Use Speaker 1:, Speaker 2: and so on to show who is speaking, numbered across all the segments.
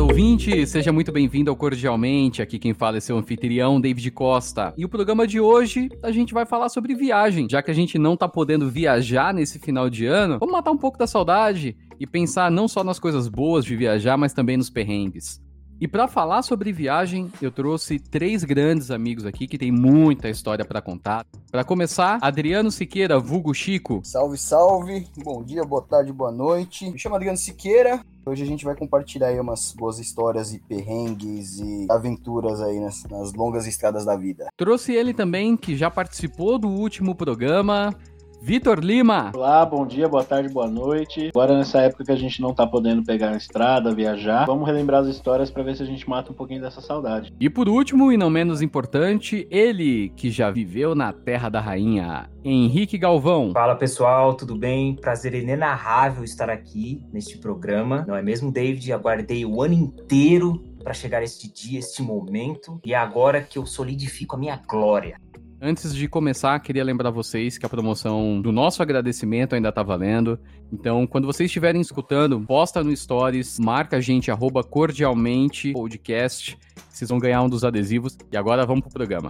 Speaker 1: caro ouvinte, seja muito bem-vindo ao Cordialmente. Aqui quem fala é seu anfitrião, David Costa. E o programa de hoje, a gente vai falar sobre viagem. Já que a gente não tá podendo viajar nesse final de ano, vamos matar um pouco da saudade e pensar não só nas coisas boas de viajar, mas também nos perrengues. E para falar sobre viagem, eu trouxe 3 grandes amigos aqui que tem muita história para contar. Para começar, Adriano Siqueira, vulgo Chico.
Speaker 2: Salve, salve. Bom dia, boa tarde, boa noite. Me chamo Adriano Siqueira. Hoje a gente vai compartilhar aí umas boas histórias e perrengues e aventuras aí nas longas estradas da vida.
Speaker 1: Trouxe ele também, que já participou do último programa, Vitor Lima.
Speaker 3: Olá, bom dia, boa tarde, boa noite. Agora nessa época que a gente não tá podendo pegar a estrada, viajar, vamos relembrar as histórias pra ver se a gente mata um pouquinho dessa saudade.
Speaker 1: E por último, e não menos importante, ele que já viveu na Terra da Rainha, Henrique Galvão.
Speaker 4: Fala pessoal, tudo bem? Prazer inenarrável estar aqui neste programa. Não é mesmo, David? Aguardei o ano inteiro para chegar este dia, este momento, e é agora que eu solidifico a minha glória.
Speaker 1: Antes de começar, queria lembrar vocês que a promoção do nosso agradecimento ainda tá valendo. Então, quando vocês estiverem escutando, posta no Stories, marca a gente, @cordialmente podcast. Vocês vão ganhar um dos adesivos. E agora vamos pro programa.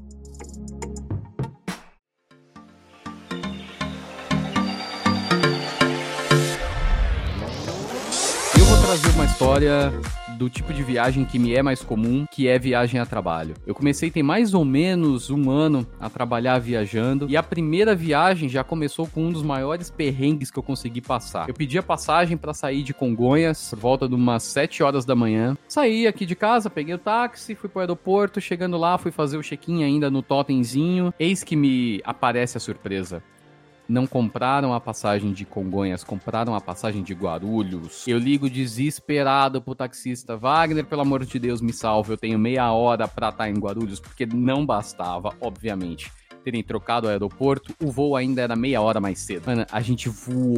Speaker 1: Eu vou trazer uma história do tipo de viagem que me é mais comum, que é viagem a trabalho. Eu comecei tem mais ou menos um ano a trabalhar viajando, e a primeira viagem já começou com um dos maiores perrengues que eu consegui passar. Eu pedi a passagem para sair de Congonhas por volta de umas 7 horas da manhã. Saí aqui de casa, peguei o táxi, fui pro aeroporto, chegando lá, fui fazer o check-in ainda no totemzinho. Eis que me aparece a surpresa. Não compraram a passagem de Congonhas, compraram a passagem de Guarulhos. Eu ligo desesperado pro taxista. Wagner, pelo amor de Deus, me salve. Eu tenho meia hora pra estar em Guarulhos, porque não bastava, obviamente, terem trocado o aeroporto. O voo ainda era meia hora mais cedo. Mano, a gente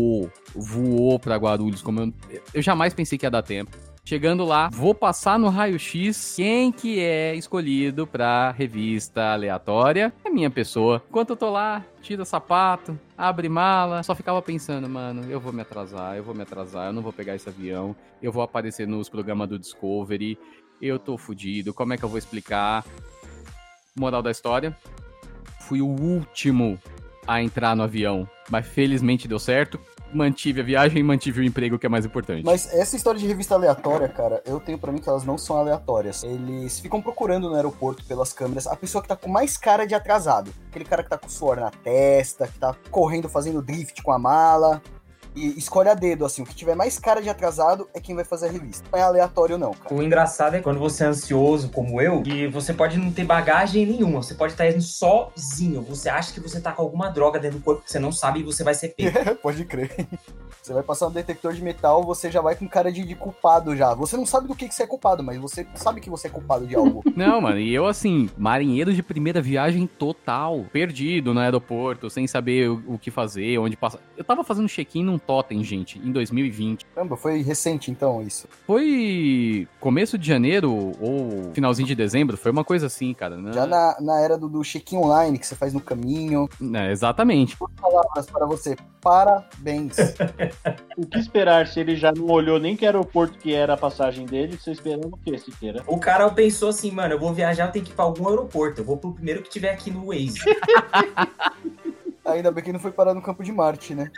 Speaker 1: voou pra Guarulhos, como eu jamais pensei que ia dar tempo. Chegando lá, vou passar no raio-x. Quem que é escolhido pra revista aleatória? É minha pessoa. Enquanto eu tô lá, tira sapato, abre mala, só ficava pensando, mano, eu vou me atrasar, eu não vou pegar esse avião, eu vou aparecer nos programas do Discovery, eu tô fudido, como é que eu vou explicar? Moral da história, fui o último a entrar no avião, mas felizmente deu certo. Mantive a viagem e mantive o emprego, que é mais importante.
Speaker 2: Mas essa história de revista aleatória, cara, eu tenho pra mim que elas não são aleatórias. Eles ficam procurando no aeroporto pelas câmeras a pessoa que tá com mais cara de atrasado. Aquele cara que tá com suor na testa, que tá correndo, fazendo drift com a mala. E escolhe a dedo, assim, o que tiver mais cara de atrasado é quem vai fazer a revista. Não é aleatório não, cara.
Speaker 4: O engraçado é quando você é ansioso, como eu, que você pode não ter bagagem nenhuma, você pode estar indo sozinho, você acha que você tá com alguma droga dentro do corpo que você não sabe e você vai ser pego.
Speaker 2: Pode crer. Você vai passar um detector de metal, você já vai com cara de culpado já. Você não sabe do que você é culpado, mas você sabe que você é culpado de algo.
Speaker 1: Não, mano, e eu assim, marinheiro de primeira viagem total, perdido no aeroporto, sem saber o que fazer, onde passar. Eu tava fazendo check-in num totem, gente, em 2020.
Speaker 2: Caramba, foi recente então isso?
Speaker 1: Foi começo de janeiro ou finalzinho de dezembro, foi uma coisa assim, cara. Né?
Speaker 2: Já na era do check-in online que você faz no caminho.
Speaker 1: É, exatamente.
Speaker 2: Duas palavras para você, parabéns.
Speaker 3: O que esperar se ele já não olhou nem que aeroporto que era a passagem dele? Você esperando o quê, Siqueira?
Speaker 4: O cara pensou assim, mano, eu vou viajar, eu tenho que ir pra algum aeroporto, eu vou pro primeiro que tiver aqui no Waze.
Speaker 2: Ainda bem que não foi parar no Campo de Marte, né?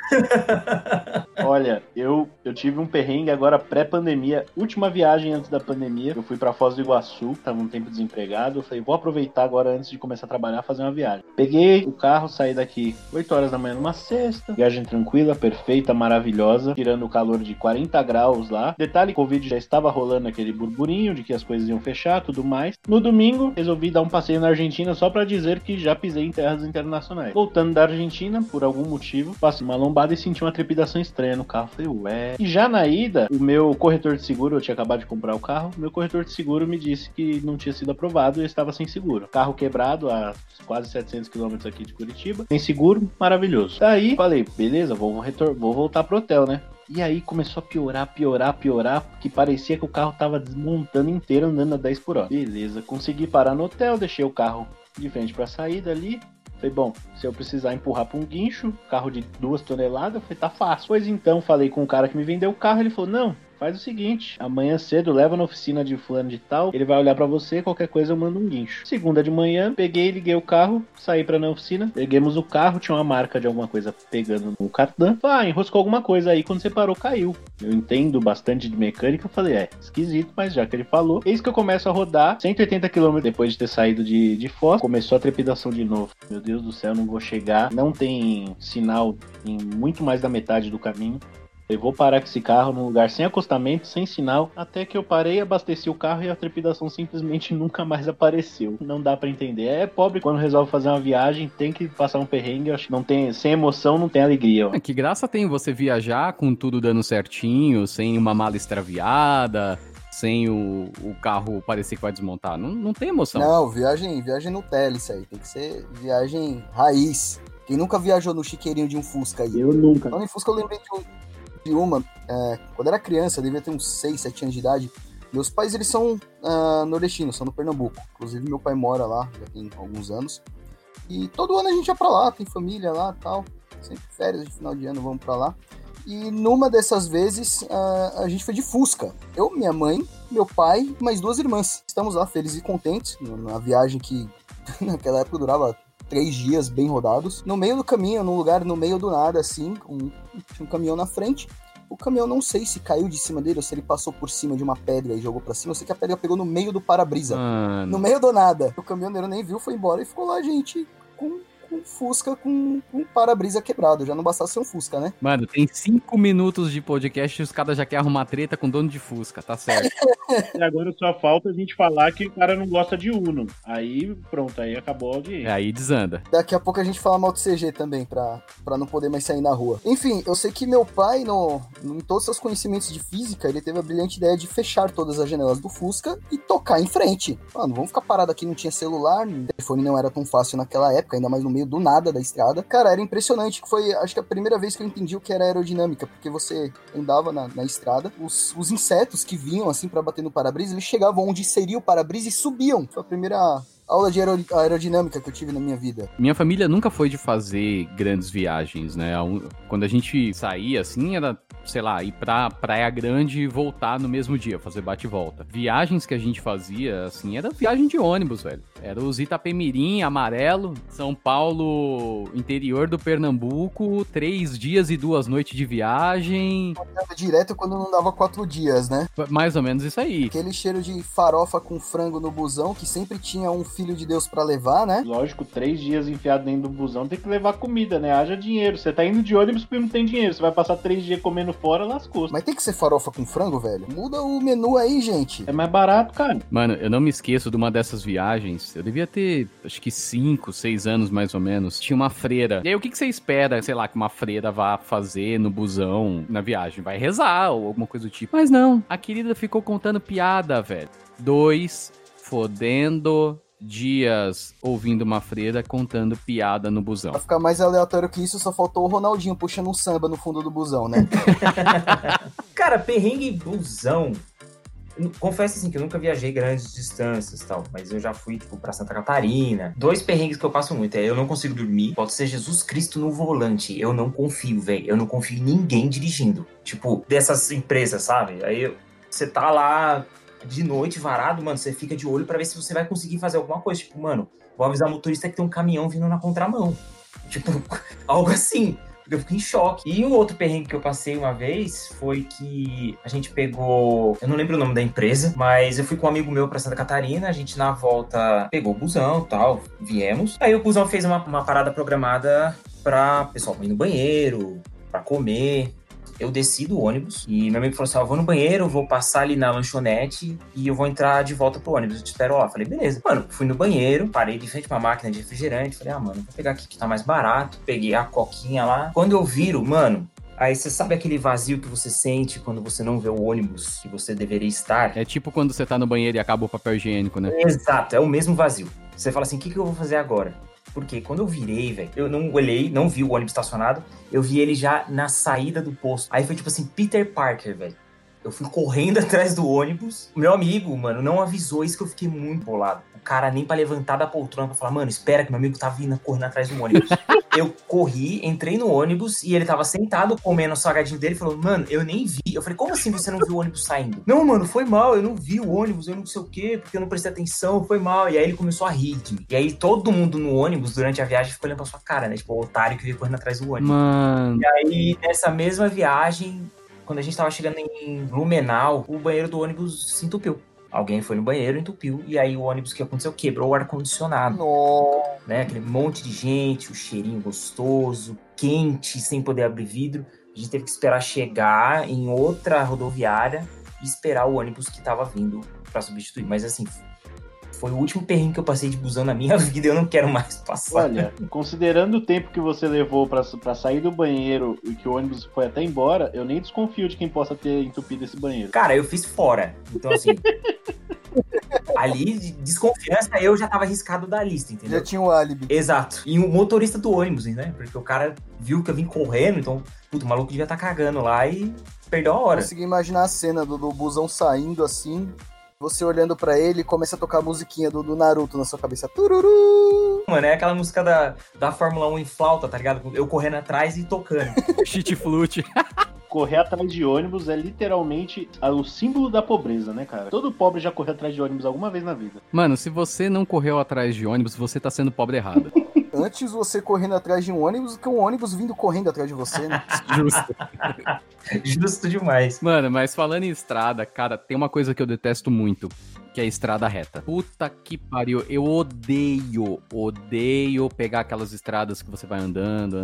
Speaker 3: Olha, eu tive um perrengue agora pré-pandemia, última viagem antes da pandemia. Eu fui pra Foz do Iguaçu, tava um tempo desempregado. Eu falei, vou aproveitar agora antes de começar a trabalhar, fazer uma viagem. Peguei o carro, saí daqui 8 horas da manhã numa sexta. Viagem tranquila, perfeita, maravilhosa, tirando o calor de 40 graus lá. Detalhe, Covid já estava rolando aquele burburinho de que as coisas iam fechar, tudo mais. No domingo, resolvi dar um passeio na Argentina só pra dizer que já pisei em terras internacionais. Voltando da Argentina, por algum motivo, passei uma lombada e senti uma trepidação estranha no carro. Falei, ué. E já na ida, o meu corretor de seguro, eu tinha acabado de comprar o carro, meu corretor de seguro me disse que não tinha sido aprovado e eu estava sem seguro. Carro quebrado a quase 700 km aqui de Curitiba. Sem seguro, maravilhoso. Daí, falei, beleza, vou voltar pro hotel, né? E aí começou a piorar, porque parecia que o carro tava desmontando inteiro, andando a 10 por hora. Beleza, consegui parar no hotel, deixei o carro de frente pra saída ali. Falei, bom, se eu precisar empurrar pra um guincho, carro de 2 toneladas, eu falei, tá fácil. Pois então, falei com o cara que me vendeu o carro, ele falou, não, faz o seguinte, amanhã cedo leva na oficina de fulano de tal, ele vai olhar pra você, qualquer coisa eu mando um guincho. Segunda de manhã, peguei, liguei o carro, saí pra na oficina, peguemos o carro, tinha uma marca de alguma coisa pegando no cardan. Enroscou alguma coisa aí, quando você parou, caiu. Eu entendo bastante de mecânica, eu falei, esquisito, mas já que ele falou, eis que eu começo a rodar 180 km depois de ter saído de Foz, começou a trepidação de novo. Meu Deus do céu, não vou chegar, não tem sinal em muito mais da metade do caminho. Eu vou parar com esse carro num lugar sem acostamento, sem sinal, até que eu parei, abasteci o carro e a trepidação simplesmente nunca mais apareceu. Não dá pra entender. É pobre quando resolve fazer uma viagem, tem que passar um perrengue, acho que não tem, sem emoção não tem alegria. Ó.
Speaker 1: Que graça tem você viajar com tudo dando certinho, sem uma mala extraviada, sem o carro parecer que vai desmontar. Não tem emoção.
Speaker 2: Não, viagem Nutella isso aí. Tem que ser viagem raiz. Quem nunca viajou no chiqueirinho de um Fusca aí?
Speaker 3: Eu nunca.
Speaker 2: Falando em Fusca, eu lembrei de uma, quando era criança, eu devia ter uns 6, 7 anos de idade. Meus pais, eles são nordestinos, são do Pernambuco. Inclusive, meu pai mora lá, já tem alguns anos. E todo ano a gente ia pra lá, tem família lá e tal. Sempre férias de final de ano, vamos pra lá. E numa dessas vezes, a gente foi de Fusca. Eu, minha mãe, meu pai e mais 2 irmãs. Estamos lá felizes e contentes, na viagem que naquela época durava 3 dias bem rodados. No meio do caminho, num lugar no meio do nada, assim, tinha um caminhão na frente. O caminhão, não sei se caiu de cima dele ou se ele passou por cima de uma pedra e jogou pra cima. Eu sei que a pedra pegou no meio do para-brisa. No meio do nada. O caminhoneiro nem viu, foi embora e ficou lá, gente, com Fusca com para-brisa quebrado. Já não bastasse ser um Fusca, né?
Speaker 1: Mano, tem 5 minutos de podcast e os caras já querem arrumar treta com dono de Fusca, tá certo.
Speaker 3: E agora só falta a gente falar que o cara não gosta de Uno. Aí, pronto, aí acabou a audiência.
Speaker 1: Aí desanda.
Speaker 2: Daqui a pouco a gente fala mal do CG também, pra não poder mais sair na rua. Enfim, eu sei que meu pai, em todos os seus conhecimentos de física, ele teve a brilhante ideia de fechar todas as janelas do Fusca e tocar em frente. Mano, vamos ficar parado aqui, não tinha celular, o telefone não era tão fácil naquela época, ainda mais no meio do nada da estrada. Cara, era impressionante, que foi, acho que a primeira vez que eu entendi o que era aerodinâmica, porque você andava na estrada, os insetos que vinham, assim, pra bater no para-brisa, eles chegavam onde seria o para-brisa e subiam. Foi a primeira aula de aerodinâmica que eu tive na minha vida.
Speaker 1: Minha família nunca foi de fazer grandes viagens, né? Quando a gente saía, assim, era, sei lá, ir pra Praia Grande e voltar no mesmo dia, fazer bate e volta. Viagens que a gente fazia, assim, era viagem de ônibus, velho. Era os Itapemirim, amarelo, São Paulo, interior do Pernambuco, 3 dias e 2 noites de viagem.
Speaker 2: Direto quando não dava 4 dias, né?
Speaker 1: Mais ou menos isso aí.
Speaker 2: Aquele cheiro de farofa com frango no busão, que sempre tinha um filho de Deus pra levar, né?
Speaker 3: Lógico, 3 dias enfiado dentro do busão, tem que levar comida, né? Haja dinheiro. Você tá indo de ônibus porque não tem dinheiro. Você vai passar 3 dias comendo fora, lascou.
Speaker 2: Mas tem que ser farofa com frango, velho? Muda o menu aí, gente.
Speaker 3: É mais barato, cara.
Speaker 1: Mano, eu não me esqueço de uma dessas viagens. Eu devia ter, acho que 5, 6 anos mais ou menos. Tinha uma freira. E aí, o que você espera, sei lá, que uma freira vá fazer no busão, na viagem? Vai rezar ou alguma coisa do tipo. Mas não, a querida ficou contando piada, velho. 2 fodendo dias ouvindo uma freira contando piada no busão.
Speaker 2: Pra ficar mais aleatório que isso, só faltou o Ronaldinho puxando um samba no fundo do busão, né?
Speaker 4: Cara, perrengue busão. Confesso assim que eu nunca viajei grandes distâncias e tal, mas eu já fui, tipo, pra Santa Catarina. 2 perrengues que eu passo muito eu não consigo dormir, pode ser Jesus Cristo no volante. Eu não confio, velho. Eu não confio em ninguém dirigindo. Tipo, dessas empresas, sabe? Aí você tá lá de noite, varado, mano, você fica de olho pra ver se você vai conseguir fazer alguma coisa. Tipo, mano, vou avisar o motorista que tem um caminhão vindo na contramão. Tipo, algo assim. Eu fico em choque. E um outro perrengue que eu passei uma vez foi que a gente pegou... Eu não lembro o nome da empresa, mas eu fui com um amigo meu pra Santa Catarina, a gente na volta pegou o busão e tal, viemos. Aí o busão fez uma parada programada pra pessoal ir no banheiro, pra comer. Eu desci do ônibus e meu amigo falou assim, eu vou no banheiro, vou passar ali na lanchonete e eu vou entrar de volta pro ônibus, eu te espero lá. Falei, beleza. Mano, fui no banheiro, parei de frente pra máquina de refrigerante, falei, mano, vou pegar aqui que tá mais barato. Peguei a coquinha lá. Quando eu viro, mano, aí você sabe aquele vazio que você sente quando você não vê o ônibus que você deveria estar?
Speaker 1: É tipo quando você tá no banheiro e acaba o papel higiênico, né?
Speaker 4: Exato, é o mesmo vazio. Você fala assim, o que eu vou fazer agora? Porque quando eu virei, velho, eu não olhei, não vi o ônibus estacionado, eu vi ele já na saída do posto. Aí foi tipo assim, Peter Parker, velho. Eu fui correndo atrás do ônibus. O meu amigo, mano, não avisou isso que eu fiquei muito bolado. O cara nem pra levantar da poltrona pra falar, mano, espera que meu amigo tá vindo correndo atrás do ônibus. Eu corri, entrei no ônibus e ele tava sentado comendo o salgadinho dele e falou, mano, eu nem vi. Eu falei, como assim você não viu o ônibus saindo? Não, mano, foi mal, eu não vi o ônibus, eu não sei o quê, porque eu não prestei atenção, foi mal. E aí ele começou a rir de mim. E aí todo mundo no ônibus, durante a viagem, ficou olhando pra sua cara, né? Tipo, o otário que veio correndo atrás do ônibus.
Speaker 1: Mano.
Speaker 4: E aí, nessa mesma viagem, quando a gente tava chegando em Blumenau, o banheiro do ônibus se entupiu. Alguém foi no banheiro, entupiu, e aí o ônibus, o que aconteceu? Quebrou o ar-condicionado. Né? Aquele monte de gente, o cheirinho gostoso, quente, sem poder abrir vidro. A gente teve que esperar chegar em outra rodoviária e esperar o ônibus que tava vindo pra substituir. Mas assim, foi o último perrengue que eu passei de busão na minha vida e eu não quero mais passar.
Speaker 3: Olha, considerando o tempo que você levou pra sair do banheiro e que o ônibus foi até embora, eu nem desconfio de quem possa ter entupido esse banheiro.
Speaker 4: Cara, eu fiz fora. Então, assim, ali, de desconfiança, eu já tava arriscado da lista, entendeu?
Speaker 2: Já tinha um álibi.
Speaker 4: Exato. E o motorista do ônibus, né? Porque o cara viu que eu vim correndo, então, puto, o maluco devia estar cagando lá e perdeu a hora.
Speaker 2: Consegui imaginar a cena do busão saindo assim, você olhando pra ele e começa a tocar a musiquinha do Naruto na sua cabeça. Tururu!
Speaker 4: Mano, é aquela música da Fórmula 1 em flauta, tá ligado? Eu correndo atrás e tocando.
Speaker 1: Cheat flute.
Speaker 3: Correr atrás de ônibus é literalmente o símbolo da pobreza, né, cara? Todo pobre já correu atrás de ônibus alguma vez na vida.
Speaker 1: Mano, se você não correu atrás de ônibus, você tá sendo pobre errado.
Speaker 2: Antes você correndo atrás de um ônibus que um ônibus vindo correndo atrás de você, né?
Speaker 1: Justo.
Speaker 4: Justo demais.
Speaker 1: Mano, mas falando em estrada, cara, tem uma coisa que eu detesto muito, que é a estrada reta. Puta que pariu, eu odeio pegar aquelas estradas que você vai andando.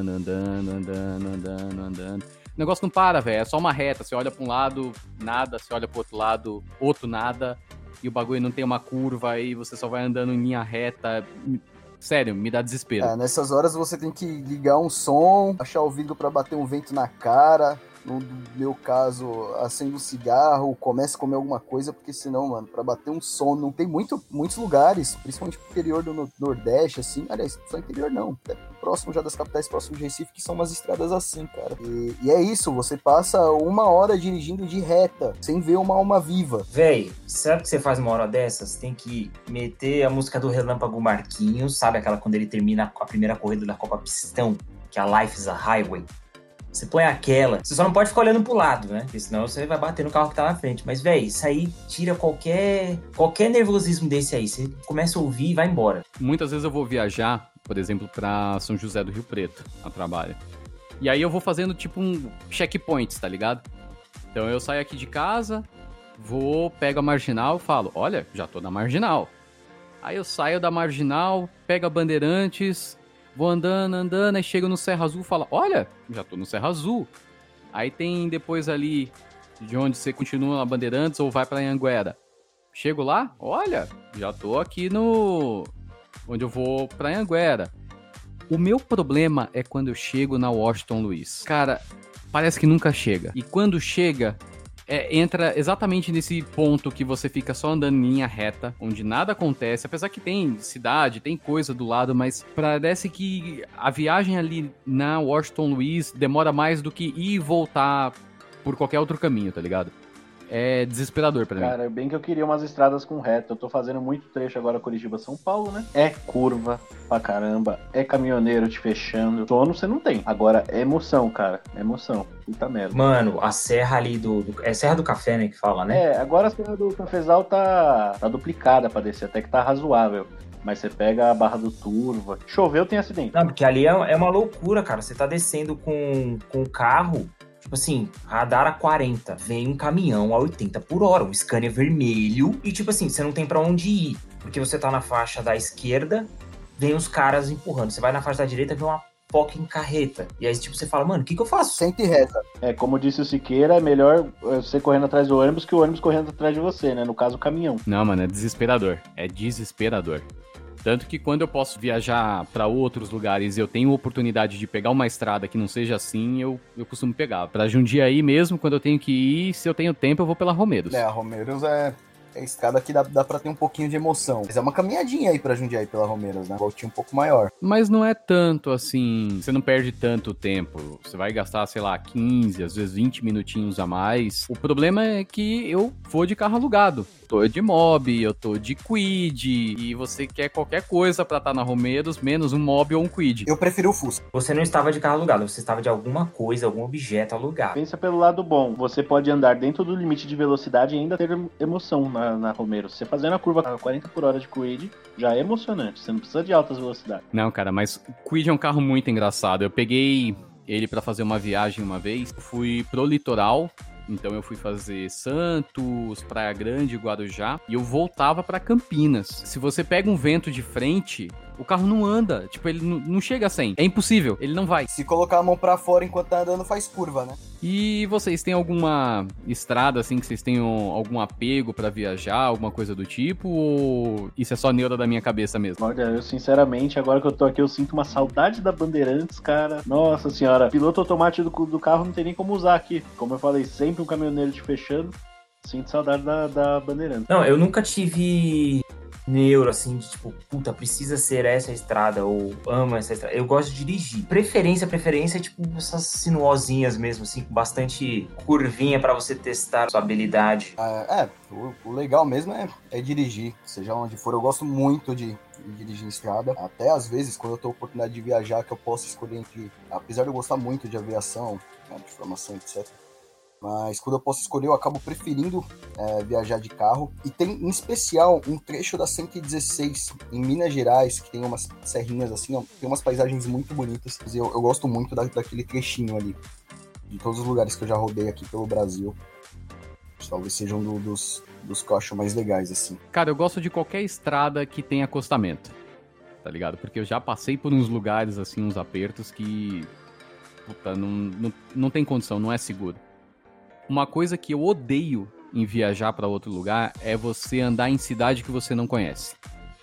Speaker 1: O negócio não para, velho, é só uma reta, você olha pra um lado, nada, você olha pro outro lado, outro nada, e o bagulho não tem uma curva, aí você só vai andando em linha reta. Sério, me dá desespero.
Speaker 2: Nessas horas você tem que ligar um som, achar o vidro pra bater um vento na cara. No meu caso, acende um cigarro, começa a comer alguma coisa, porque senão, mano, pra bater um som, não tem muitos lugares, principalmente no interior do Nordeste, assim, aliás, só interior não, próximo já das capitais, próximo de Recife, que são umas estradas assim, cara. E é isso, você passa 1 hora dirigindo de reta, sem ver uma alma viva.
Speaker 4: Véi, sabe o que você faz uma hora dessas? Tem que meter a música do Relâmpago Marquinhos, sabe aquela quando ele termina a primeira corrida da Copa Pistão, que é a Life is a Highway? Você põe aquela, você só não pode ficar olhando pro lado, né? Porque senão você vai bater no carro que tá na frente. Mas, véi, isso aí tira qualquer nervosismo desse aí. Você começa a ouvir e vai embora.
Speaker 1: Muitas vezes eu vou viajar, por exemplo, pra São José do Rio Preto, a trabalho. E aí eu vou fazendo tipo um checkpoints, tá ligado? Então eu saio aqui de casa, pego a Marginal e falo, olha, já tô na Marginal. Aí eu saio da Marginal, pego a Bandeirantes, vou andando, aí chego no Serra Azul e falo, olha, já tô no Serra Azul. Aí tem depois ali, de onde você continua na Bandeirantes ou vai pra Anhanguera. Chego lá, olha, já tô aqui onde eu vou pra Anhanguera. O meu problema é quando eu chego na Washington Luiz. Cara, parece que nunca chega. E quando chega, entra exatamente nesse ponto que você fica só andando em linha reta, onde nada acontece, apesar que tem cidade, tem coisa do lado, mas parece que a viagem ali na Washington Luiz demora mais do que ir e voltar por qualquer outro caminho, tá ligado? É desesperador pra mim.
Speaker 3: Cara, bem que eu queria umas estradas com reta. Eu tô fazendo muito trecho agora Curitiba-São Paulo, né? É curva pra caramba, é caminhoneiro te fechando. Sono você não tem. Agora é emoção, cara. É emoção. Puta merda.
Speaker 4: Mano, a serra ali é Serra do Café, né, que fala, né?
Speaker 3: Agora a Serra do Cafezal tá duplicada pra descer, até que tá razoável. Mas você pega a Barra do Turva. Choveu, tem acidente.
Speaker 4: Não, porque ali é uma loucura, cara. Você tá descendo com o carro... Tipo assim, radar a 40, vem um caminhão a 80 por hora, um Scania vermelho, e tipo assim, você não tem pra onde ir, porque você tá na faixa da esquerda, vem os caras empurrando, você vai na faixa da direita, vem uma POC em carreta, e aí tipo, você fala, mano, o que eu faço?
Speaker 2: Sente e reza.
Speaker 3: Como disse o Siqueira, é melhor você correndo atrás do ônibus que o ônibus correndo atrás de você, né, no caso o caminhão.
Speaker 1: Não, mano, é desesperador, Tanto que quando eu posso viajar pra outros lugares e eu tenho oportunidade de pegar uma estrada que não seja assim, eu costumo pegar. Pra Jundiaí mesmo, quando eu tenho que ir, se eu tenho tempo, eu vou pela Romeiros.
Speaker 2: A Romeiros é É estrada que dá pra ter um pouquinho de emoção. Mas é uma caminhadinha aí pra Jundiaí pela Romeiros, né? Voltinha um pouco maior.
Speaker 1: Mas não é tanto assim, você não perde tanto tempo. Você vai gastar, sei lá, 15, às vezes 20 minutinhos a mais. O problema é que eu vou de carro alugado. Tô de Mob, eu tô de Kwid, e você quer qualquer coisa pra estar na Romeiros, menos um Mob ou um Kwid.
Speaker 2: Eu prefiro o Fusca.
Speaker 4: Você não estava de carro alugado, você estava de alguma coisa, algum objeto alugado.
Speaker 3: Pensa pelo lado bom. Você pode andar dentro do limite de velocidade e ainda ter emoção na Romeiros. Você fazendo a curva a 40 por hora de Kwid já é emocionante. Você não precisa de altas velocidades.
Speaker 1: Não, cara, mas o Kwid é um carro muito engraçado. Eu peguei ele pra fazer uma viagem uma vez, fui pro litoral. Então eu fui fazer Santos, Praia Grande, Guarujá, e eu voltava pra Campinas. Se você pega um vento de frente, o carro não anda. Tipo, ele não chega a 100. É impossível, ele não vai.
Speaker 2: Se colocar a mão pra fora enquanto tá andando, faz curva, né?
Speaker 1: E vocês têm alguma estrada, assim, que vocês tenham algum apego pra viajar, alguma coisa do tipo? Ou isso é só neura da minha cabeça mesmo?
Speaker 3: Olha, eu sinceramente, agora que eu tô aqui, eu sinto uma saudade da Bandeirantes, cara. Nossa senhora, piloto automático do carro não tem nem como usar aqui. Como eu falei, sempre um caminhoneiro te fechando. Sinto saudade da Bandeirantes.
Speaker 4: Não, eu nunca tive neuro, assim, de tipo, puta, precisa ser essa estrada, ou amo essa estrada. Eu gosto de dirigir. Preferência é tipo essas sinuosinhas mesmo, assim, com bastante curvinha pra você testar sua habilidade.
Speaker 2: O legal mesmo é dirigir, seja onde for. Eu gosto muito de dirigir em estrada. Até às vezes, quando eu tenho a oportunidade de viajar, que eu posso escolher entre... Apesar de eu gostar muito de aviação, né, de formação, etc., mas quando eu posso escolher, eu acabo preferindo viajar de carro. E tem, em especial, um trecho da 116 em Minas Gerais, que tem umas serrinhas assim, ó, tem umas paisagens muito bonitas. Eu gosto muito daquele trechinho ali. De todos os lugares que eu já rodei aqui pelo Brasil. Talvez seja um dos que eu acho mais legais, assim.
Speaker 1: Cara, eu gosto de qualquer estrada que tenha acostamento, tá ligado? Porque eu já passei por uns lugares, assim, uns apertos que... Puta, não tem condição, não é seguro. Uma coisa que eu odeio em viajar pra outro lugar é você andar em cidade que você não conhece.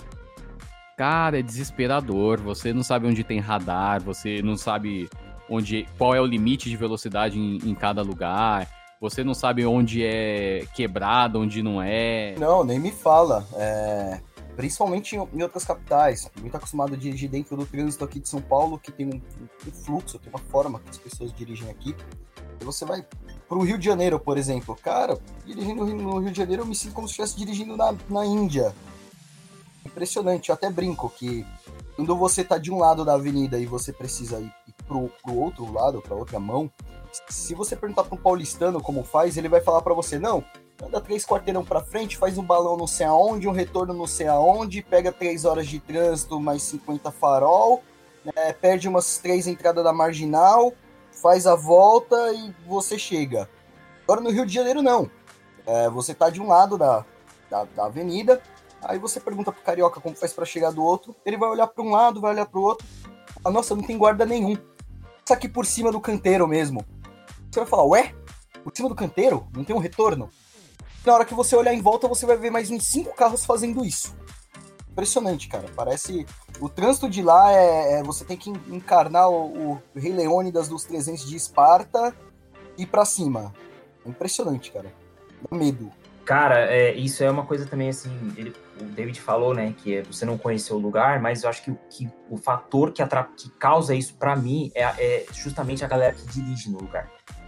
Speaker 1: Cara, é desesperador. Você não sabe onde tem radar, você não sabe qual é o limite de velocidade em cada lugar. Você não sabe onde é quebrado, onde não é.
Speaker 2: Não, nem me fala. Principalmente em outras capitais. Muito acostumado a dirigir dentro do trânsito aqui de São Paulo, que tem um fluxo, tem uma forma que as pessoas dirigem aqui. E você vai pro Rio de Janeiro, por exemplo. Cara, dirigindo no Rio de Janeiro eu me sinto como se estivesse dirigindo na Índia. Impressionante, eu até brinco que quando você tá de um lado da avenida e você precisa ir pro outro lado, pra outra mão, se você perguntar pra um paulistano como faz, ele vai falar pra você, não, anda 3 quarteirão pra frente, faz um balão não sei aonde, um retorno não sei aonde, pega 3 horas de trânsito, mais 50 farol, perde umas 3 entradas da marginal, faz a volta e você chega. Agora no Rio de Janeiro não. Você tá de um lado da avenida, aí você pergunta pro carioca como faz pra chegar do outro, ele vai olhar pra um lado, vai olhar pro outro, nossa, não tem guarda nenhum. Isso aqui por cima do canteiro mesmo. Você vai falar, ué? Por cima do canteiro? Não tem um retorno? Na hora que você olhar em volta, você vai ver mais uns 5 carros fazendo isso. Impressionante, cara. Parece... O trânsito de lá você tem que encarnar o Rei Leônidas dos 300 de Esparta e ir pra cima. É impressionante, cara. Dá medo.
Speaker 4: Cara, isso é uma coisa também, assim, o David falou, né, que você não conheceu o lugar, mas eu acho que o fator que causa isso pra mim é justamente a galera que dirige no lugar.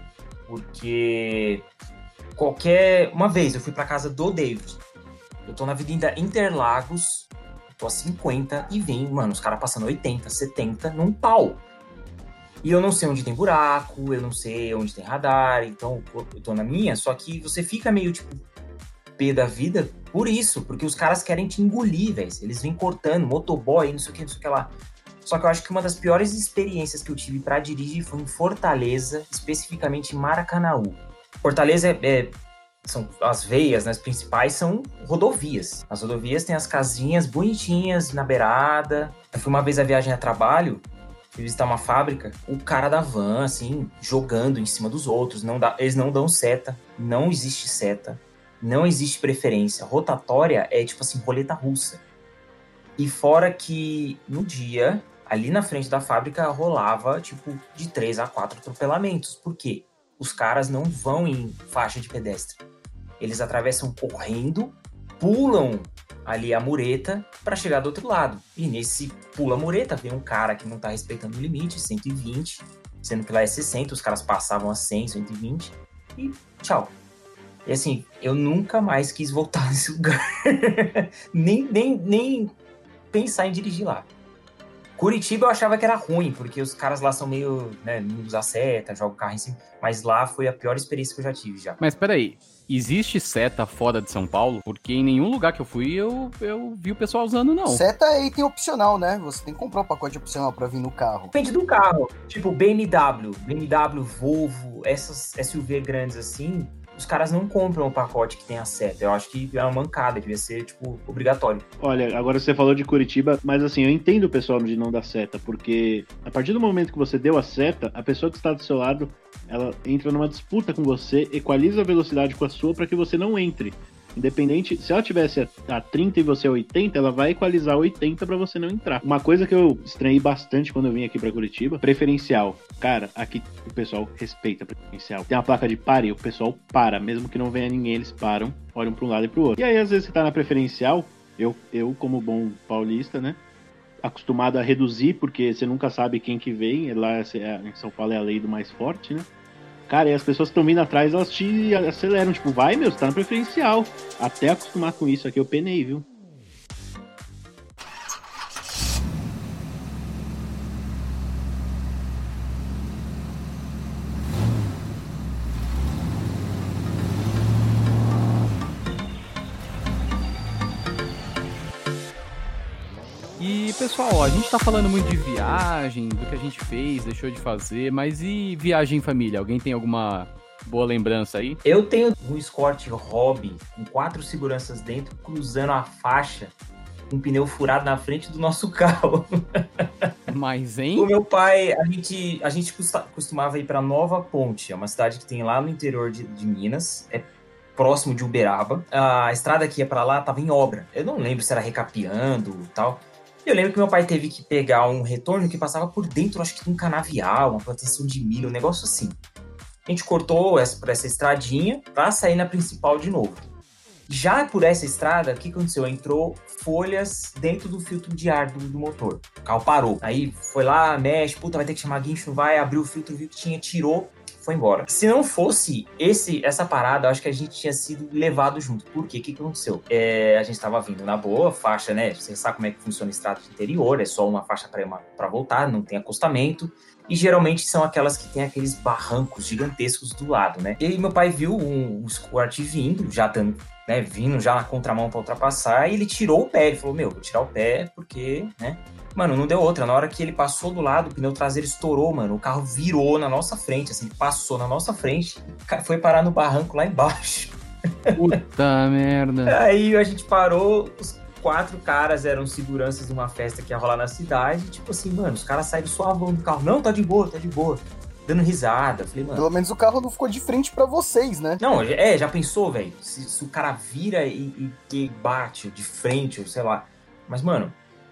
Speaker 4: Porque uma vez eu fui pra casa do David, eu tô na Avenida Interlagos, tô a 50 e vem, mano, os caras passando 80, 70 num pau. E eu não sei onde tem buraco, eu não sei onde tem radar, então eu tô na minha, só que você fica meio, tipo, pé da vida por isso, porque os caras querem te engolir, velho. Eles vêm cortando, motoboy, não sei o que lá. Só que eu acho que uma das piores experiências que eu tive pra dirigir foi em Fortaleza, especificamente em Maracanaú. Fortaleza são as veias, né, as principais são rodovias. As rodovias têm as casinhas bonitinhas na beirada. Eu fui uma vez a viagem a trabalho, fui visitar uma fábrica, o cara da van, assim, jogando em cima dos outros. Eles não dão seta, não existe seta. Não existe preferência. Rotatória é tipo assim, roleta russa. E fora que no dia, ali na frente da fábrica, rolava tipo de 3 a 4 atropelamentos. Por quê? Os caras não vão em faixa de pedestre. Eles atravessam correndo pulam ali a mureta para chegar do outro lado. E nesse pula a mureta, vem um cara que não tá respeitando o limite, 120, sendo que lá é 60, os caras passavam a 100, 120, e tchau. E assim, eu nunca mais quis voltar nesse lugar. nem pensar em dirigir lá. Curitiba eu achava que era ruim, porque os caras lá são meio, né, não usam seta, jogam o carro em cima, mas lá foi a pior experiência que eu já tive já.
Speaker 1: Mas peraí, existe seta fora de São Paulo? Porque em nenhum lugar que eu fui eu vi o pessoal usando, não.
Speaker 2: Seta é item opcional, né? Você tem que comprar um pacote opcional pra vir no carro.
Speaker 4: Depende do carro. Tipo, BMW, Volvo, essas SUV grandes assim, os caras não compram o pacote que tem a seta. Eu acho que é uma mancada, devia ser, tipo, obrigatório.
Speaker 3: Olha, agora você falou de Curitiba, mas assim, eu entendo o pessoal de não dar seta, porque a partir do momento que você deu a seta, a pessoa que está do seu lado, ela entra numa disputa com você, equaliza a velocidade com a sua para que você não entre. Independente, se ela tivesse a 30 e você a 80, ela vai equalizar a 80 pra você não entrar. Uma coisa que eu estranhei bastante quando eu vim aqui pra Curitiba, preferencial. Cara, aqui o pessoal respeita preferencial. Tem uma placa de pare, o pessoal para. Mesmo que não venha ninguém, eles param, olham pra um lado e pro outro. E aí, às vezes, você tá na preferencial, eu como bom paulista, né, acostumado a reduzir, porque você nunca sabe quem que vem. Lá em São Paulo é a lei do mais forte, né? Cara, e as pessoas que estão vindo atrás, elas te aceleram. Tipo, vai, meu, você tá no preferencial. Até acostumar com isso aqui, eu penei, viu?
Speaker 1: E, pessoal, ó, a gente tá falando muito de viagem, do que a gente fez, deixou de fazer, mas e viagem em família? Alguém tem alguma boa lembrança aí?
Speaker 4: Eu tenho um Escort Hobby com 4 seguranças dentro, cruzando a faixa, com um pneu furado na frente do nosso carro.
Speaker 1: Mas, hein?
Speaker 4: O meu pai, a gente costumava ir para Nova Ponte, é uma cidade que tem lá no interior de Minas, é próximo de Uberaba. A estrada que ia para lá tava em obra. Eu não lembro se era recapeando e tal. Eu lembro que meu pai teve que pegar um retorno que passava por dentro, acho que de um canavial, uma plantação de milho, um negócio assim. A gente cortou por essa estradinha para sair na principal de novo. Já por essa estrada, o que aconteceu? Entrou folhas dentro do filtro de ar do motor. O carro parou. Aí foi lá, mexe, puta, vai ter que chamar guincho, vai, abriu o filtro, viu que tinha, tirou, foi embora. Se não fosse essa parada, eu acho que a gente tinha sido levado junto. Por quê? O que aconteceu? A gente tava vindo na boa, faixa, né? Você sabe como é que funciona o estrada de interior, é só uma faixa para voltar, não tem acostamento. E geralmente são aquelas que tem aqueles barrancos gigantescos do lado, né? E aí meu pai viu um Escort vindo, já dando, né, vindo já na contramão para ultrapassar, e ele tirou o pé. Ele falou, meu, vou tirar o pé porque, né? Mano, não deu outra. Na hora que ele passou do lado, o pneu traseiro estourou, mano. O carro virou na nossa frente, assim, passou na nossa frente e foi parar no barranco lá embaixo.
Speaker 1: Puta merda.
Speaker 4: Aí a gente parou, os 4 caras eram seguranças de uma festa que ia rolar na cidade. Tipo assim, mano, os caras saíram suavão do carro. Não, tá de boa. Dando risada. Falei, mano...
Speaker 2: Pelo menos o carro não ficou de frente pra vocês, né?
Speaker 4: Não, já pensou, velho? Se o cara vira e bate de frente, ou sei lá. Mas, mano...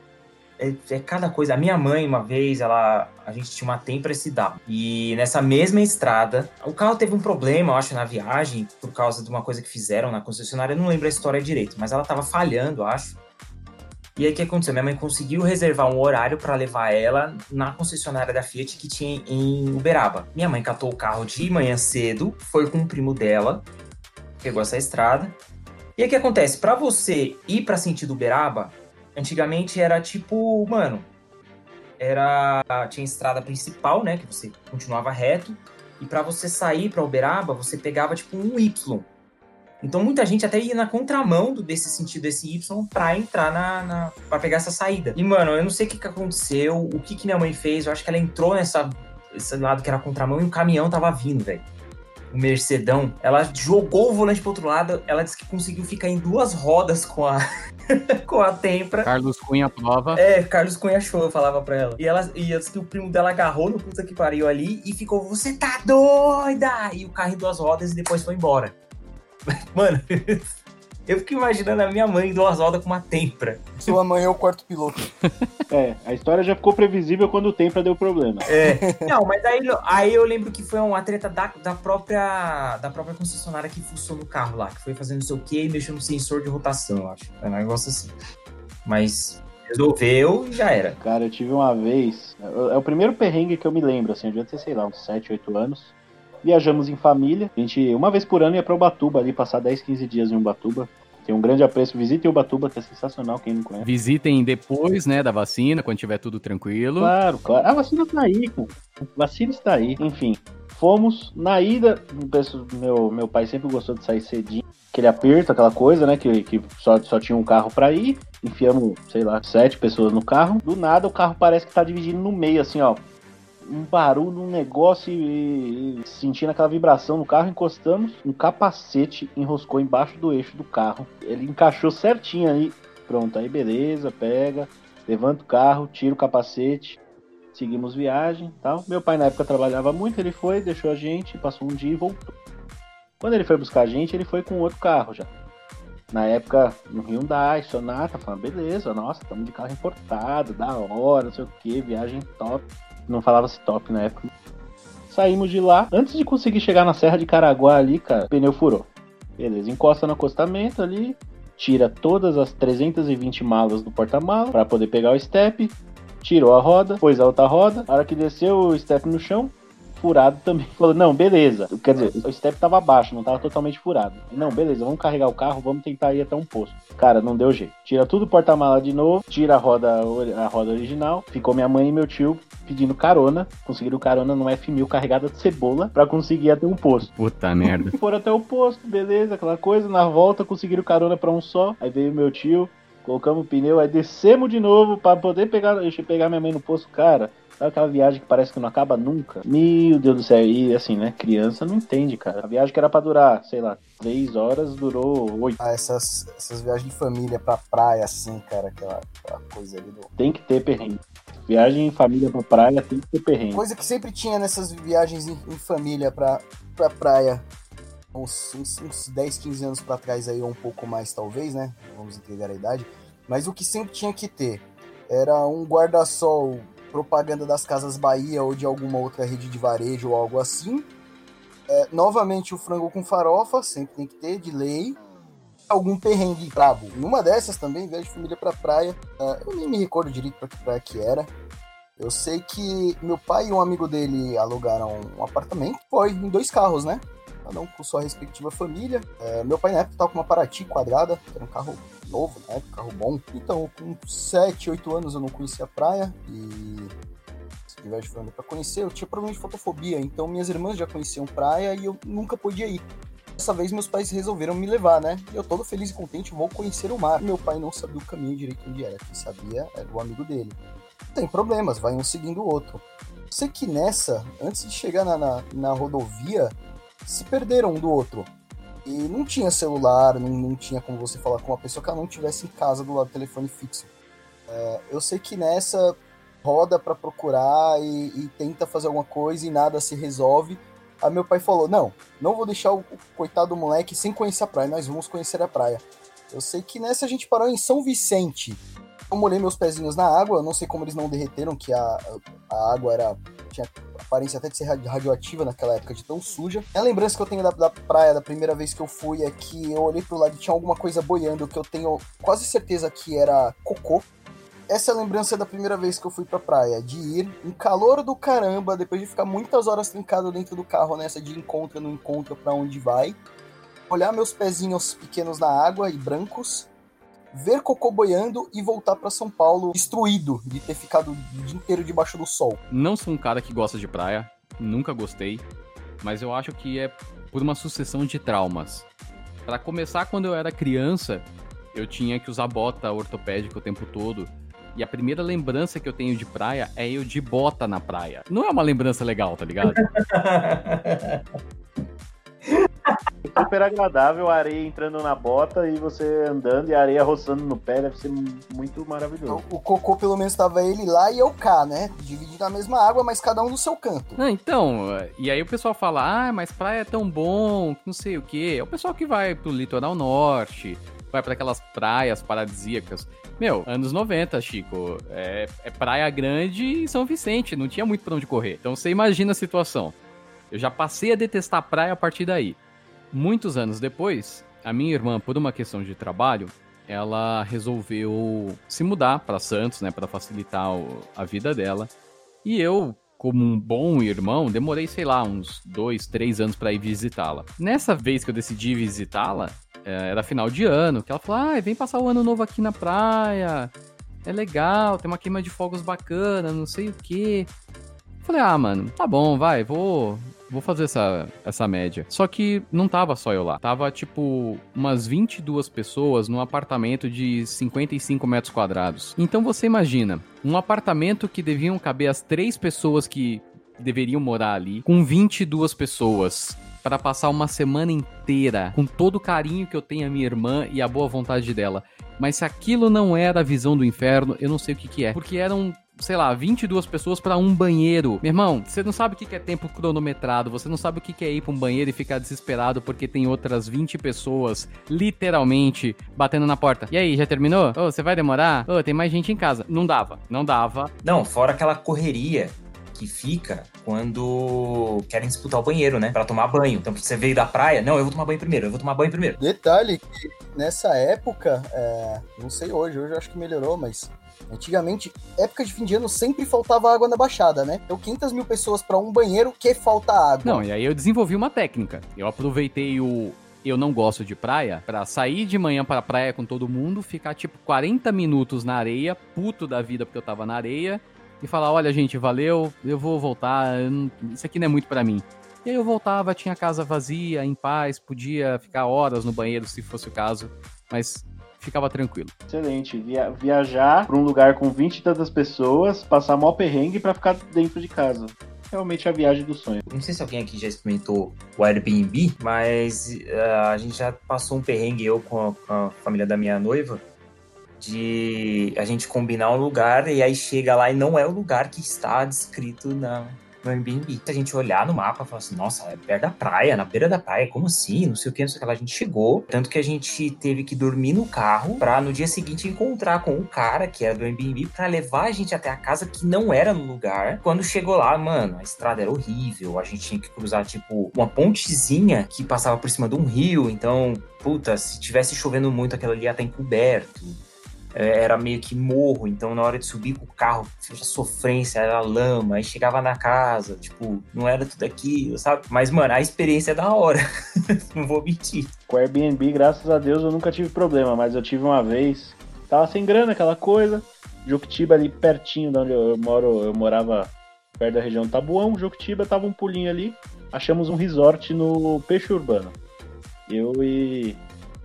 Speaker 4: É cada coisa. A minha mãe, uma vez, a gente tinha uma Tempra SW. E nessa mesma estrada, o carro teve um problema, eu acho, na viagem, por causa de uma coisa que fizeram na concessionária. Eu não lembro a história direito, mas ela tava falhando, eu acho. E aí, o que aconteceu? Minha mãe conseguiu reservar um horário para levar ela na concessionária da Fiat que tinha em Uberaba. Minha mãe catou o carro de manhã cedo, foi com um primo dela, pegou essa estrada. E aí, o que acontece? Para você ir para sentido Uberaba, antigamente era tipo, mano, tinha estrada principal, né, que você continuava reto, e pra você sair pra Uberaba, você pegava tipo um Y. Então muita gente até ia na contramão desse sentido, desse Y, pra entrar pra pegar essa saída. E, mano, eu não sei o que aconteceu, o que minha mãe fez, eu acho que ela entrou esse lado que era contramão e o caminhão tava vindo, velho. O Mercedão, ela jogou o volante pro outro lado, ela disse que conseguiu ficar em 2 rodas com a Tempra.
Speaker 1: Carlos Cunha prova.
Speaker 4: Carlos Cunha show, eu falava pra ela. E ela disse que o primo dela agarrou no puta que pariu ali e ficou, você tá doida? E o carro em 2 rodas e depois foi embora. Mano, Eu fico imaginando a minha mãe em duas rodas com uma Tempra.
Speaker 2: Sua mãe é o quarto piloto.
Speaker 3: A história já ficou previsível quando o Tempra deu problema.
Speaker 4: Não, mas aí eu lembro que foi uma treta da própria concessionária que funcionou no carro lá, que foi fazendo não sei o que e mexendo no sensor de rotação, eu acho. Foi um negócio assim. Mas resolveu e já era.
Speaker 3: Cara, eu tive uma vez... É o primeiro perrengue que eu me lembro, assim. Eu devia ter, sei lá, uns 7, 8 anos. Viajamos em família. A gente, uma vez por ano, ia pra Ubatuba ali, passar 10, 15 dias em Ubatuba. Tem um grande apreço. Visitem Ubatuba, que é sensacional, quem não conhece.
Speaker 1: Visitem depois, né, da vacina, quando tiver tudo tranquilo.
Speaker 3: Claro. A vacina tá aí, cara. A vacina está aí. Enfim, fomos. Na ida, meu pai sempre gostou de sair cedinho. Aquele aperto, aquela coisa, né, que só tinha um carro pra ir. Enfiamos, sei lá, 7 pessoas no carro. Do nada, o carro parece que tá dividindo no meio, assim, ó. Um barulho, um negócio e sentindo aquela vibração no carro, encostamos, um capacete enroscou embaixo do eixo do carro, ele encaixou certinho aí, pronto, aí beleza, pega, levanta o carro, tira o capacete, seguimos viagem e tal. Meu pai na época trabalhava muito, ele foi, deixou a gente, passou um dia e voltou. Quando ele foi buscar a gente, ele foi com outro carro já. Na época, no Hyundai, Sonata, falando, beleza, nossa, estamos de carro importado, da hora, não sei o que, viagem top. Não falava-se top na época. Saímos de lá. Antes de conseguir chegar na Serra de Caraguá ali, cara, o pneu furou. Beleza, encosta no acostamento ali, tira todas as 320 malas do porta-malas para poder pegar o step, tirou a roda, pôs a outra roda. Na hora que desceu o step no chão, furado também. Falou, não, beleza. Quer dizer, o step tava abaixo, não tava totalmente furado. Não, beleza, vamos carregar o carro, vamos tentar ir até um posto. Cara, não deu jeito. Tira tudo o porta-mala de novo, tira a roda original. Ficou minha mãe e meu tio pedindo carona. Conseguiram carona no F1000 carregada de cebola pra conseguir ir até um posto.
Speaker 1: Puta merda.
Speaker 3: Foram até o posto, beleza, aquela coisa. Na volta conseguiram carona pra um só. Aí veio meu tio, colocamos o pneu, aí descemos de novo pra poder pegar minha mãe no posto. Cara, sabe aquela viagem que parece que não acaba nunca? Meu Deus do céu. E assim, né? Criança não entende, cara. A viagem que era pra durar, sei lá, 3 horas, durou 8.
Speaker 2: Essas viagens de família pra praia, assim, cara, aquela coisa ali do...
Speaker 3: Tem que ter perrengue. Viagem em família pra praia tem que ter perrengue.
Speaker 2: Coisa que sempre tinha nessas viagens em família pra praia. Uns 10, 15 anos pra trás aí, ou um pouco mais talvez, né? Vamos entregar a idade. Mas o que sempre tinha que ter era um guarda-sol, propaganda das Casas Bahia ou de alguma outra rede de varejo ou algo assim. Novamente o frango com farofa, sempre tem que ter, de lei. Algum perrengue brabo. Numa dessas também, viagem de família pra praia. Eu nem me recordo direito pra que praia que era. Eu sei que meu pai e um amigo dele alugaram um apartamento. Foi em 2 carros, né? Cada um com sua respectiva família. Meu pai na época tava com uma Paraty quadrada, que era um carro novo, né? Um carro bom. Então, com 7, 8 anos eu não conhecia a praia. E viagem de família pra conhecer, eu tinha problema de fotofobia. Então minhas irmãs já conheciam praia e eu nunca podia ir. Dessa vez meus pais resolveram me levar, né? E eu todo feliz e contente, vou conhecer o mar. Meu pai não sabia o caminho direito onde era. Quem sabia era o amigo dele. Tem problemas, vai um seguindo o outro. Sei que nessa, antes de chegar na rodovia, se perderam um do outro. E não tinha celular, não tinha como você falar com uma pessoa que ela não estivesse em casa do lado do telefone fixo. Eu sei que nessa roda pra procurar e tenta fazer alguma coisa e nada se resolve. Aí meu pai falou, não vou deixar o coitado do moleque sem conhecer a praia, nós vamos conhecer a praia. Eu sei que nessa a gente parou em São Vicente. Eu molhei meus pezinhos na água, eu não sei como eles não derreteram, que a água tinha aparência até de ser radioativa naquela época, de tão suja. A lembrança que eu tenho da praia, da primeira vez que eu fui, é que eu olhei pro lado e tinha alguma coisa boiando, que eu tenho quase certeza que era cocô. Essa é a lembrança da primeira vez que eu fui pra praia, de ir em calor do caramba, depois de ficar muitas horas trancado dentro do carro, nessa de encontro, não encontro pra onde vai, olhar meus pezinhos pequenos na água e brancos, ver cocô boiando e voltar pra São Paulo destruído de ter ficado o dia inteiro debaixo do sol.
Speaker 1: Não sou um cara que gosta de praia, nunca gostei, mas eu acho que é por uma sucessão de traumas. Pra começar, quando eu era criança, eu tinha que usar bota ortopédica o tempo todo. E a primeira lembrança que eu tenho de praia é eu de bota na praia. Não é uma lembrança legal, tá ligado?
Speaker 3: super agradável, a areia entrando na bota e você andando e a areia roçando no pé, deve ser muito maravilhoso.
Speaker 2: O cocô, pelo menos, tava ele lá e eu cá, né? Dividindo a mesma água, mas cada um no seu canto.
Speaker 1: Não, então, e aí o pessoal fala, mas praia é tão bom, não sei o quê. É o pessoal que vai pro litoral norte, vai pra aquelas praias paradisíacas. Meu, anos 90, Chico, é Praia Grande e São Vicente, não tinha muito pra onde correr. Então você imagina a situação. Eu já passei a detestar a praia a partir daí. Muitos anos depois, a minha irmã, por uma questão de trabalho, ela resolveu se mudar pra Santos, né, pra facilitar a vida dela. E eu, como um bom irmão, demorei, sei lá, uns 2, 3 anos pra ir visitá-la. Nessa vez que eu decidi visitá-la, era final de ano, que ela falou, vem passar o ano novo aqui na praia, é legal, tem uma queima de fogos bacana, não sei o quê. Eu falei, mano, tá bom, vai, vou fazer essa média. Só que não tava só eu lá, tava tipo umas 22 pessoas num apartamento de 55 metros quadrados. Então você imagina, um apartamento que deviam caber as 3 pessoas que deveriam morar ali, com 22 pessoas, para passar uma semana inteira com todo o carinho que eu tenho à minha irmã e a boa vontade dela. Mas se aquilo não era a visão do inferno, eu não sei o que é. Porque eram, sei lá, 22 pessoas para um banheiro. Meu irmão, você não sabe o que é tempo cronometrado, você não sabe o que é ir para um banheiro e ficar desesperado porque tem outras 20 pessoas, literalmente, batendo na porta. E aí, já terminou? Você vai demorar? Tem mais gente em casa. Não dava.
Speaker 4: Não, fora aquela correria que fica quando querem disputar o banheiro, né? Pra tomar banho. Então, você veio da praia, não, eu vou tomar banho primeiro.
Speaker 2: Detalhe que nessa época, não sei hoje eu acho que melhorou, mas antigamente, época de fim de ano sempre faltava água na Baixada, né? Então 500 mil pessoas pra um banheiro que falta água.
Speaker 1: Não, e aí eu desenvolvi uma técnica. Eu aproveitei eu não gosto de praia, pra sair de manhã pra praia com todo mundo, ficar tipo 40 minutos na areia, puto da vida porque eu tava na areia, e falar, olha gente, valeu, eu vou voltar, isso aqui não é muito pra mim. E aí eu voltava, tinha a casa vazia, em paz, podia ficar horas no banheiro se fosse o caso, mas ficava tranquilo.
Speaker 3: Excelente, viajar pra um lugar com 20 e tantas pessoas, passar mó perrengue pra ficar dentro de casa. Realmente a viagem do sonho.
Speaker 4: Não sei se alguém aqui já experimentou o Airbnb, mas a gente já passou um perrengue, eu com a família da minha noiva, de a gente combinar um lugar e aí chega lá e não é o lugar que está descrito no Airbnb. Se a gente olhar no mapa e falar assim, nossa, é perto da praia, na beira da praia, como assim? Não sei o que, não sei o que lá. A gente chegou, tanto que a gente teve que dormir no carro pra no dia seguinte encontrar com o cara que era do Airbnb pra levar a gente até a casa que não era no lugar. Quando chegou lá, mano, a estrada era horrível, a gente tinha que cruzar, tipo, uma pontezinha que passava por cima de um rio, então, puta, se tivesse chovendo muito, aquilo ali ia estar encoberto. Era meio que morro, então na hora de subir com o carro, a sofrência, era lama, aí chegava na casa, tipo, não era tudo aquilo, sabe? Mas, mano, a experiência é da hora, não vou mentir.
Speaker 3: Com o Airbnb, graças a Deus, eu nunca tive problema, mas eu tive uma vez, tava sem grana, aquela coisa, Juquitiba ali pertinho de onde eu moro, eu morava perto da região Tabuão, Juquitiba, tava um pulinho ali, achamos um resort no Peixe Urbano, eu e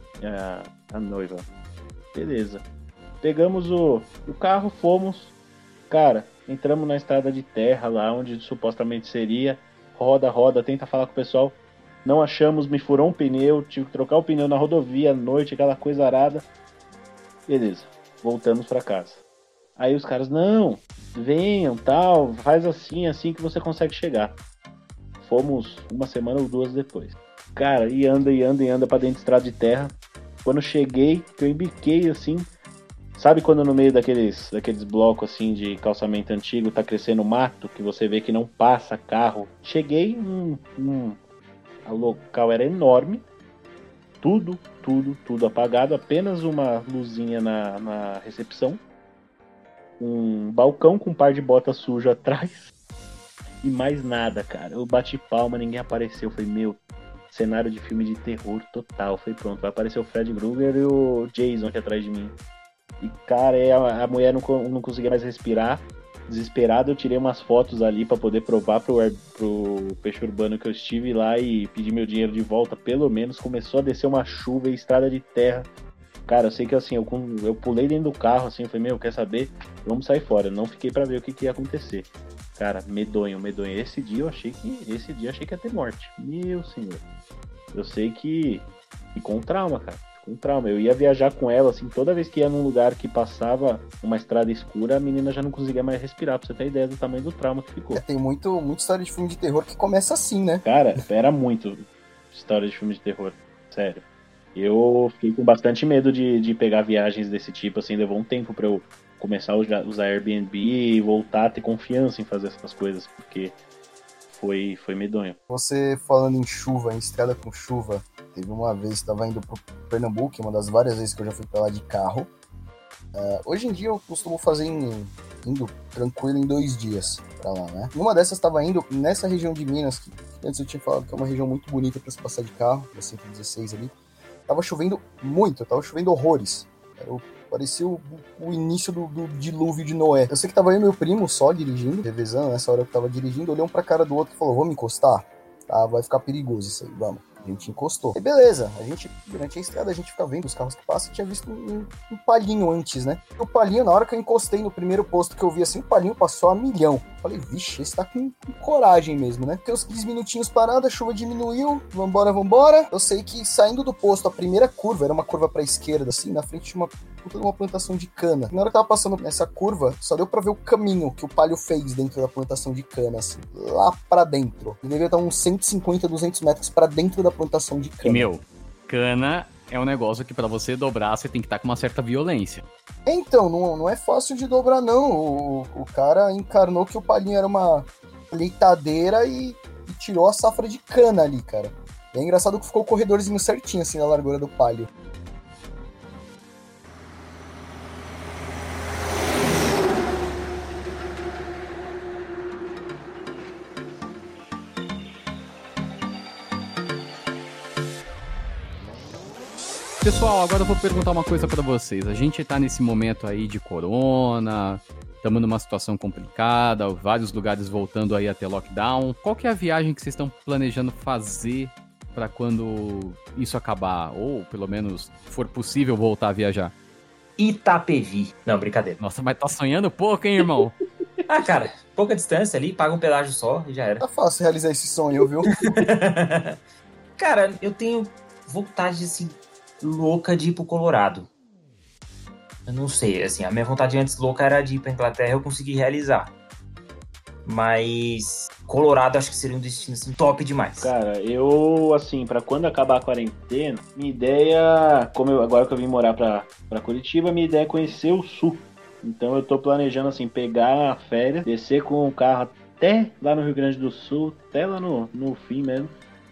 Speaker 3: a noiva, beleza. Pegamos o carro, fomos, cara, entramos na estrada de terra lá onde supostamente seria, roda, tenta falar com o pessoal, não achamos, me furou um pneu, tive que trocar o pneu na rodovia à noite, aquela coisa arada, beleza, voltamos pra casa. Aí os caras, não, venham, tal, faz assim que você consegue chegar. Fomos uma semana ou 2 depois. Cara, e anda pra dentro de estrada de terra, quando cheguei, que eu embiquei assim. Sabe quando no meio daqueles blocos assim de calçamento antigo tá crescendo mato, que você vê que não passa carro? Cheguei, o local era enorme, tudo apagado, apenas uma luzinha na recepção, um balcão com um par de botas sujas atrás e mais nada, cara. Eu bati palma, ninguém apareceu, foi meu cenário de filme de terror total, foi pronto, vai aparecer o Fred Krueger e o Jason aqui atrás de mim. E, cara, a mulher não conseguia mais respirar. Desesperado, eu tirei umas fotos ali pra poder provar pro Peixe Urbano que eu estive lá e pedi meu dinheiro de volta. Pelo menos começou a descer uma chuva e estrada de terra. Cara, eu sei que assim, eu pulei dentro do carro, assim, eu falei, quer saber? Vamos sair fora. Eu não fiquei pra ver o que ia acontecer. Cara, medonho. Esse dia achei que ia ter morte. Meu senhor. eu sei que ficou um trauma, cara. Ficou um trauma. Eu ia viajar com ela, assim, toda vez que ia num lugar que passava uma estrada escura, a menina já não conseguia mais respirar, pra você ter ideia do tamanho do trauma que ficou.
Speaker 2: Tem muita história de filme de terror que começa assim, né?
Speaker 3: Cara, era muito história de filme de terror, sério. Eu fiquei com bastante medo de pegar viagens desse tipo, assim, levou um tempo pra eu começar a usar Airbnb e voltar a ter confiança em fazer essas coisas, porque foi medonho.
Speaker 2: Você falando em chuva, em estrada com chuva, teve uma vez que estava indo pro Pernambuco, uma das várias vezes que eu já fui pra lá de carro. Hoje em dia eu costumo fazer indo tranquilo em 2 dias pra lá, né? Numa dessas estava indo nessa região de Minas, que antes eu tinha falado que é uma região muito bonita para se passar de carro, da 116 ali. Tava chovendo muito, tava chovendo horrores. Parecia o início do dilúvio de Noé. Eu sei que tava eu e meu primo só dirigindo, revezando, nessa hora que eu tava dirigindo, olhou um pra cara do outro e falou, vamos encostar? Tá, vai ficar perigoso isso aí, vamos. A gente encostou. E beleza, durante a estrada, a gente fica vendo os carros que passam, tinha visto um palhinho antes, né? E o palhinho, na hora que eu encostei no primeiro posto que eu vi assim, o palhinho passou a milhão. Falei, vixe, esse tá com coragem mesmo, né? Fiquei uns 15 minutinhos parado, a chuva diminuiu, vambora. Eu sei que saindo do posto, a primeira curva, era uma curva pra esquerda, assim, na frente tinha uma plantação de cana. Na hora que eu tava passando nessa curva, só deu pra ver o caminho que o palio fez dentro da plantação de cana, assim, lá pra dentro. Ele devia estar uns 150, 200 metros pra dentro da plantação de cana.
Speaker 1: E, cana é um negócio que pra você dobrar, você tem que estar com uma certa violência.
Speaker 2: Então, não é fácil de dobrar, não. O cara encarnou que o palhinho era uma leitadeira e tirou a safra de cana ali, cara. E é engraçado que ficou o corredorzinho certinho, assim, na largura do palio.
Speaker 1: Pessoal, agora eu vou perguntar uma coisa pra vocês. A gente tá nesse momento aí de corona, estamos numa situação complicada, vários lugares voltando aí a ter lockdown. Qual que é a viagem que vocês estão planejando fazer pra quando isso acabar? Ou, pelo menos, for possível voltar a viajar?
Speaker 4: Itapevi. Não, brincadeira.
Speaker 1: Nossa, mas tá sonhando pouco, hein, irmão?
Speaker 4: Cara, pouca distância ali, paga um pedágio só e já era.
Speaker 2: Tá fácil realizar esse sonho, viu?
Speaker 4: Cara, eu tenho vontade, assim, louca de ir pro Colorado. Eu não sei, assim, a minha vontade antes louca era de ir pra Inglaterra, eu consegui realizar. Mas Colorado acho que seria um destino, assim, top demais.
Speaker 3: Cara, eu, assim, pra quando acabar a quarentena, minha ideia, agora que eu vim morar pra Curitiba, minha ideia é conhecer o Sul. Então eu tô planejando, assim, pegar a férias, descer com o carro até lá no Rio Grande do Sul, até lá no fim mesmo,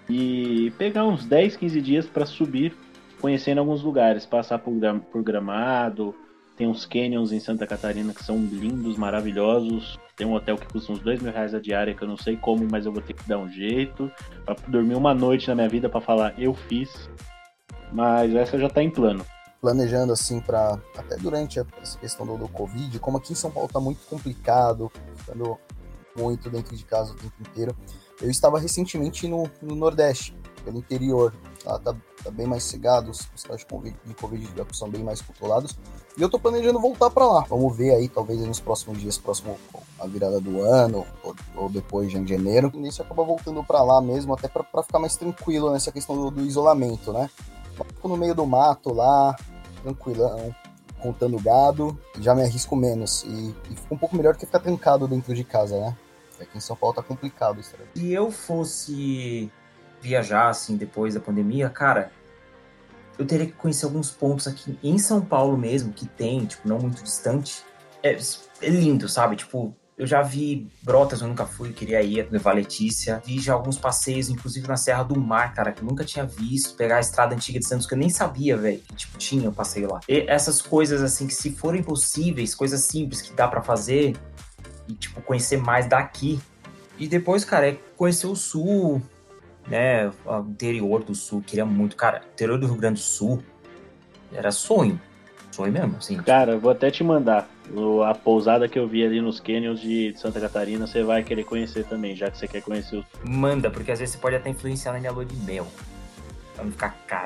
Speaker 3: e pegar uns 10, 15 dias pra subir, conhecendo alguns lugares, passar por Gramado, tem uns canyons em Santa Catarina que são lindos, maravilhosos, tem um hotel que custa uns R$2.000 a diária, que eu não sei como, mas eu vou ter que dar um jeito, pra dormir uma noite na minha vida pra falar, eu fiz, mas essa já tá em plano.
Speaker 2: Planejando assim para até durante essa questão do Covid, como aqui em São Paulo tá muito complicado, ficando muito dentro de casa o tempo inteiro, eu estava recentemente no Nordeste, pelo interior, lá tá bem mais cegado, os casos de Covid são bem mais controlados, e eu tô planejando voltar para lá. Vamos ver aí, talvez nos próximos dias, próximo à virada do ano, ou depois já em janeiro, e nisso acaba voltando para lá mesmo, até para ficar mais tranquilo nessa questão do isolamento, né? Fico no meio do mato lá, tranquilão, contando gado, já me arrisco menos, e fica um pouco melhor do que ficar trancado dentro de casa, né? Aqui em São Paulo tá complicado isso.
Speaker 4: Se eu fosse viajar, assim, depois da pandemia, cara, eu teria que conhecer alguns pontos aqui em São Paulo mesmo, que tem, tipo, não muito distante. É lindo, sabe? Tipo, eu já vi Brotas, eu nunca fui, queria ir, levar a Letícia. Vi já alguns passeios, inclusive na Serra do Mar, cara, que eu nunca tinha visto. Pegar a estrada antiga de Santos, que eu nem sabia, velho, que, tipo, tinha um passeio lá. E essas coisas, assim, que se forem possíveis, coisas simples que dá pra fazer, e, tipo, conhecer mais daqui. E depois, cara, é conhecer o Sul, né, o interior do Sul, queria muito. Cara, o interior do Rio Grande do Sul era sonho mesmo, assim.
Speaker 3: Cara, eu vou até te mandar a pousada que eu vi ali nos canyons de Santa Catarina, você vai querer conhecer também, já que você quer conhecer o...
Speaker 4: Manda, porque às vezes você pode até influenciar na minha lua de mel, pra não ficar caro.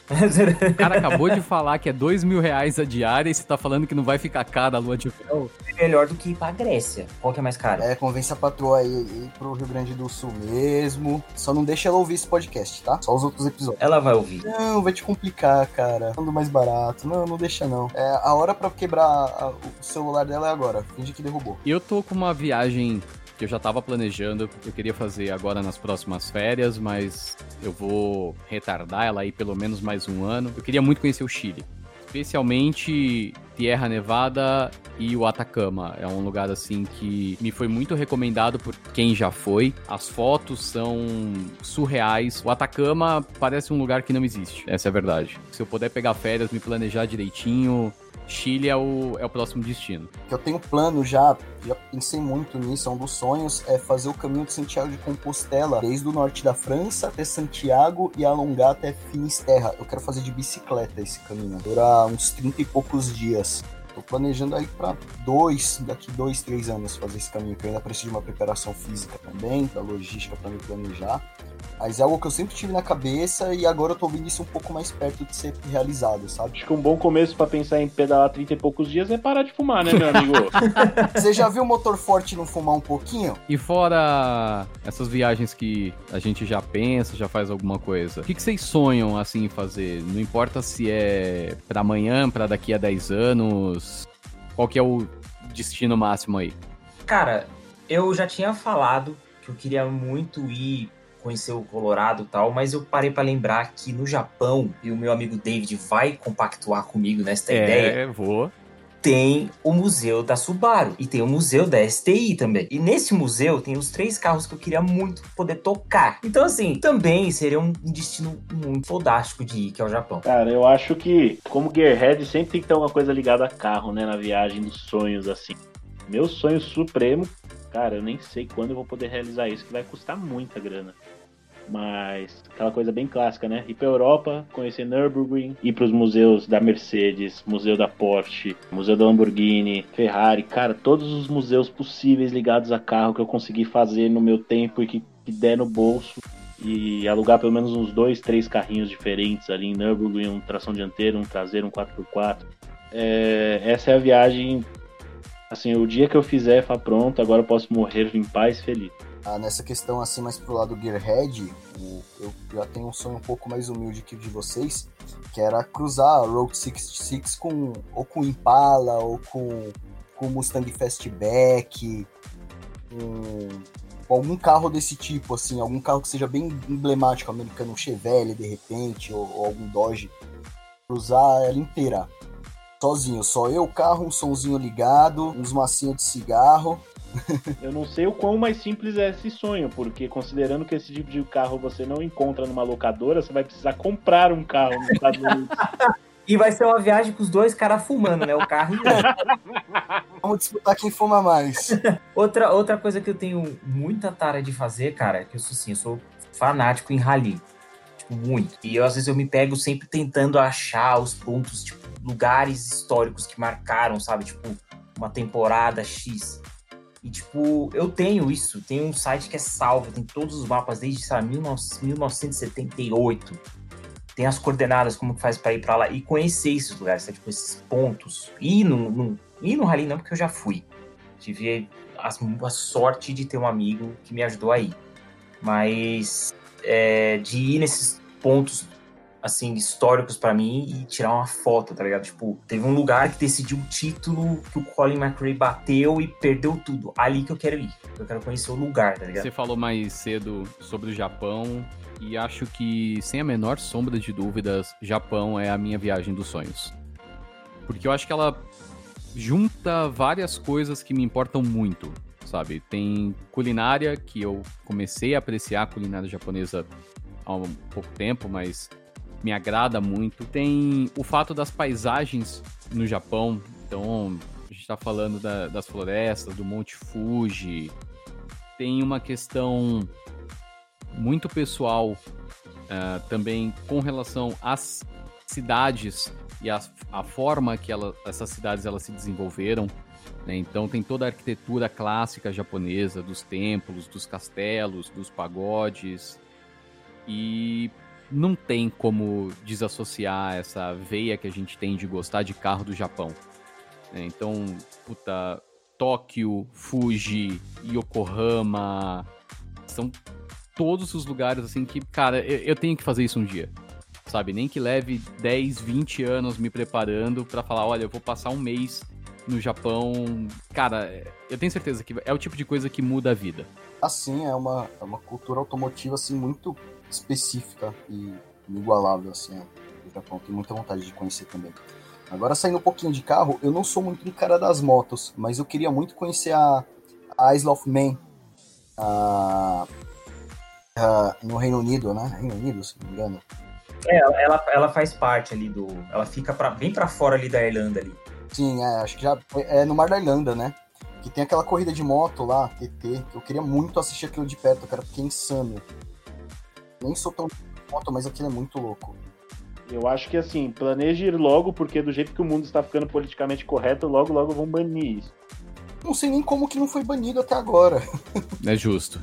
Speaker 1: O cara acabou de falar que é R$2.000 a diária e você tá falando que não vai ficar cara a lua de mel.
Speaker 4: É melhor do que ir pra Grécia. Qual que é mais caro?
Speaker 2: Convence a patroa aí ir pro Rio Grande do Sul mesmo. Só não deixa ela ouvir esse podcast, tá? Só os outros episódios.
Speaker 4: Ela vai ouvir.
Speaker 2: Não, vai te complicar, cara. Falando mais barato. Não deixa não. A hora pra quebrar o celular dela é agora. Finge que derrubou.
Speaker 1: Eu tô com uma viagem que eu já tava planejando, eu queria fazer agora nas próximas férias, mas eu vou retardar ela aí pelo menos mais um ano. Eu queria muito conhecer o Chile, especialmente Tierra Nevada e o Atacama. É um lugar assim que me foi muito recomendado por quem já foi. As fotos são surreais. O Atacama parece um lugar que não existe, essa é a verdade. Se eu puder pegar férias, me planejar direitinho, Chile é o próximo destino.
Speaker 2: Eu tenho plano já pensei muito nisso, é um dos sonhos, é fazer o caminho de Santiago de Compostela, desde o norte da França até Santiago e alongar até Finisterra. Eu quero fazer de bicicleta esse caminho, durar uns 30 e poucos dias. Tô planejando aí pra daqui 2, 3 anos fazer esse caminho, que eu ainda preciso de uma preparação física também, da logística pra me planejar. Mas é algo que eu sempre tive na cabeça e agora eu tô vendo isso um pouco mais perto de ser realizado, sabe?
Speaker 3: Acho que um bom começo pra pensar em pedalar 30 e poucos dias é parar de fumar, né, meu amigo?
Speaker 2: Você já viu o motor forte não fumar um pouquinho?
Speaker 1: E fora essas viagens que a gente já pensa, já faz alguma coisa, o que vocês sonham, assim, em fazer? Não importa se é pra amanhã, pra daqui a 10 anos, qual que é o destino máximo aí?
Speaker 4: Cara, eu já tinha falado que eu queria muito ir conhecer o Colorado e tal, mas eu parei pra lembrar que no Japão, e o meu amigo David vai compactuar comigo nesta ideia,
Speaker 1: vou.
Speaker 4: tem o museu da Subaru e tem o museu da STI também. E nesse museu tem os 3 carros que eu queria muito poder tocar. Então, assim, também seria um destino muito fodástico de ir, que é o Japão.
Speaker 3: Cara, eu acho que, como Gearhead, sempre tem que ter alguma coisa ligada a carro, né, na viagem dos sonhos, assim. Meu sonho supremo, cara, eu nem sei quando eu vou poder realizar isso, que vai custar muita grana. Mas aquela coisa bem clássica, né? Ir pra Europa, conhecer Nürburgring, ir pros museus da Mercedes, museu da Porsche, museu da Lamborghini, Ferrari, cara, todos os museus possíveis ligados a carro que eu consegui fazer no meu tempo e que der no bolso. E alugar pelo menos uns 2, 3 carrinhos diferentes ali em Nürburgring, um tração dianteira, um traseiro, um 4x4. Essa é a viagem, assim, o dia que eu fizer, pronto, agora eu posso morrer em paz, feliz.
Speaker 2: Nessa questão assim, mais pro lado Gearhead, eu já tenho um sonho um pouco mais humilde que o de vocês, que era cruzar a Route 66 com Impala, ou com Mustang Fastback, com algum carro desse tipo, assim, algum carro que seja bem emblemático, americano, um Chevelle, de repente, ou algum Dodge, cruzar ela inteira, sozinho, só eu, carro, um sonzinho ligado, uns macinhos de cigarro.
Speaker 3: Eu não sei o quão mais simples é esse sonho, porque considerando que esse tipo de carro você não encontra numa locadora, você vai precisar comprar um carro nos Estados Unidos.
Speaker 4: E vai ser uma viagem com os 2 caras fumando, né? O carro e
Speaker 2: Vamos disputar quem fuma mais.
Speaker 4: Outra coisa que eu tenho muita tara de fazer, cara, é que eu sou fanático em rally. Tipo, muito. E às vezes eu me pego sempre tentando achar os pontos, tipo, lugares históricos que marcaram, sabe? Tipo, uma temporada X. E, tipo, eu tenho isso. Tem um site que é salvo, tem todos os mapas desde, sabe, 1978. Tem as coordenadas, como que faz pra ir pra lá. E conhecer esses lugares, sabe? Tipo, esses pontos. E no rally não, porque eu já fui. Tive a sorte de ter um amigo que me ajudou a ir. Mas de ir nesses pontos, assim, históricos pra mim e tirar uma foto, tá ligado? Tipo, teve um lugar que decidiu o título que o Colin McRae bateu e perdeu tudo. Ali que eu quero ir. Eu quero conhecer o lugar, tá ligado?
Speaker 1: Você falou mais cedo sobre o Japão e acho que, sem a menor sombra de dúvidas, Japão é a minha viagem dos sonhos. Porque eu acho que ela junta várias coisas que me importam muito, sabe? Tem culinária, que eu comecei a apreciar a culinária japonesa há um pouco tempo, mas me agrada muito. Tem o fato das paisagens no Japão. Então, a gente tá falando das florestas, do Monte Fuji. Tem uma questão muito pessoal também com relação às cidades e a forma que essas cidades elas se desenvolveram, né? Então tem toda a arquitetura clássica japonesa, dos templos, dos castelos, dos pagodes. E não tem como desassociar essa veia que a gente tem de gostar de carro do Japão. Então, puta, Tóquio, Fuji, Yokohama, são todos os lugares assim que, cara, eu tenho que fazer isso um dia. Sabe, nem que leve 10, 20 anos me preparando pra falar, olha, eu vou passar um mês no Japão. Cara, eu tenho certeza que é o tipo de coisa que muda a vida.
Speaker 2: Assim, é uma cultura automotiva, assim, muito específica e inigualável, assim, do Japão. Tenho muita vontade de conhecer também. Agora, saindo um pouquinho de carro, eu não sou muito um cara das motos, mas eu queria muito conhecer a Isle of Man, no Reino Unido, né? Reino Unido, se não me engano.
Speaker 4: Ela faz parte ali do... Ela fica bem pra fora ali da Irlanda ali.
Speaker 2: Sim, acho que já é no Mar da Irlanda, né? Que tem aquela corrida de moto lá, TT, que eu queria muito assistir aquilo de perto, cara, porque é insano. Nem sou tão de moto, mas aquilo é muito louco.
Speaker 3: Eu acho que assim, planeje ir logo, porque do jeito que o mundo está ficando politicamente correto, logo vão banir isso.
Speaker 2: Não sei nem como que não foi banido até agora.
Speaker 1: É justo.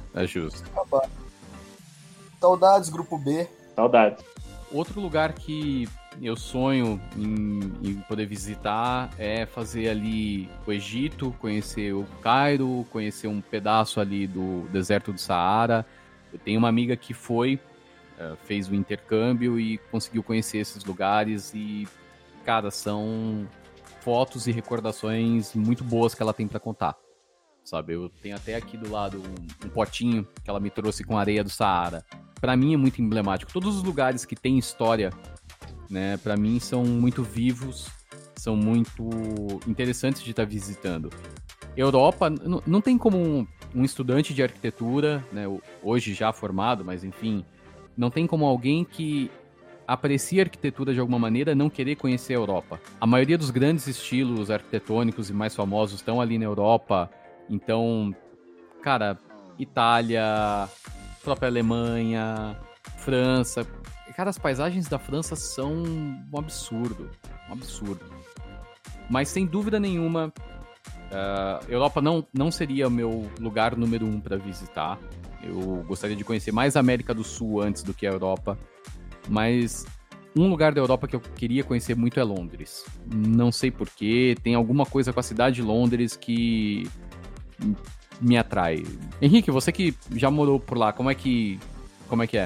Speaker 2: Saudades, Grupo B.
Speaker 3: Saudades.
Speaker 1: Outro lugar que eu sonho em poder visitar é fazer ali o Egito, conhecer o Cairo, conhecer um pedaço ali do deserto do Saara. Eu tenho uma amiga que fez o intercâmbio e conseguiu conhecer esses lugares e, cara, são fotos e recordações muito boas que ela tem pra contar, sabe? Eu tenho até aqui do lado um potinho que ela me trouxe com areia do Saara. Pra mim é muito emblemático. Todos os lugares que têm história, né, pra mim são muito vivos, são muito interessantes de estar visitando. Europa, não tem como um estudante de arquitetura, né, hoje já formado, mas enfim, não tem como alguém que aprecia arquitetura de alguma maneira não querer conhecer a Europa. A maioria dos grandes estilos arquitetônicos e mais famosos estão ali na Europa. Então, cara, Itália, própria Alemanha, França. Cara, as paisagens da França são um absurdo. Mas sem dúvida nenhuma, Europa não seria o meu lugar número 1 para visitar. Eu gostaria de conhecer mais a América do Sul antes do que a Europa. Mas um lugar da Europa que eu queria conhecer muito é Londres. Não sei porquê, tem alguma coisa com a cidade de Londres que me atrai. Henrique, você que já morou por lá, como é que é?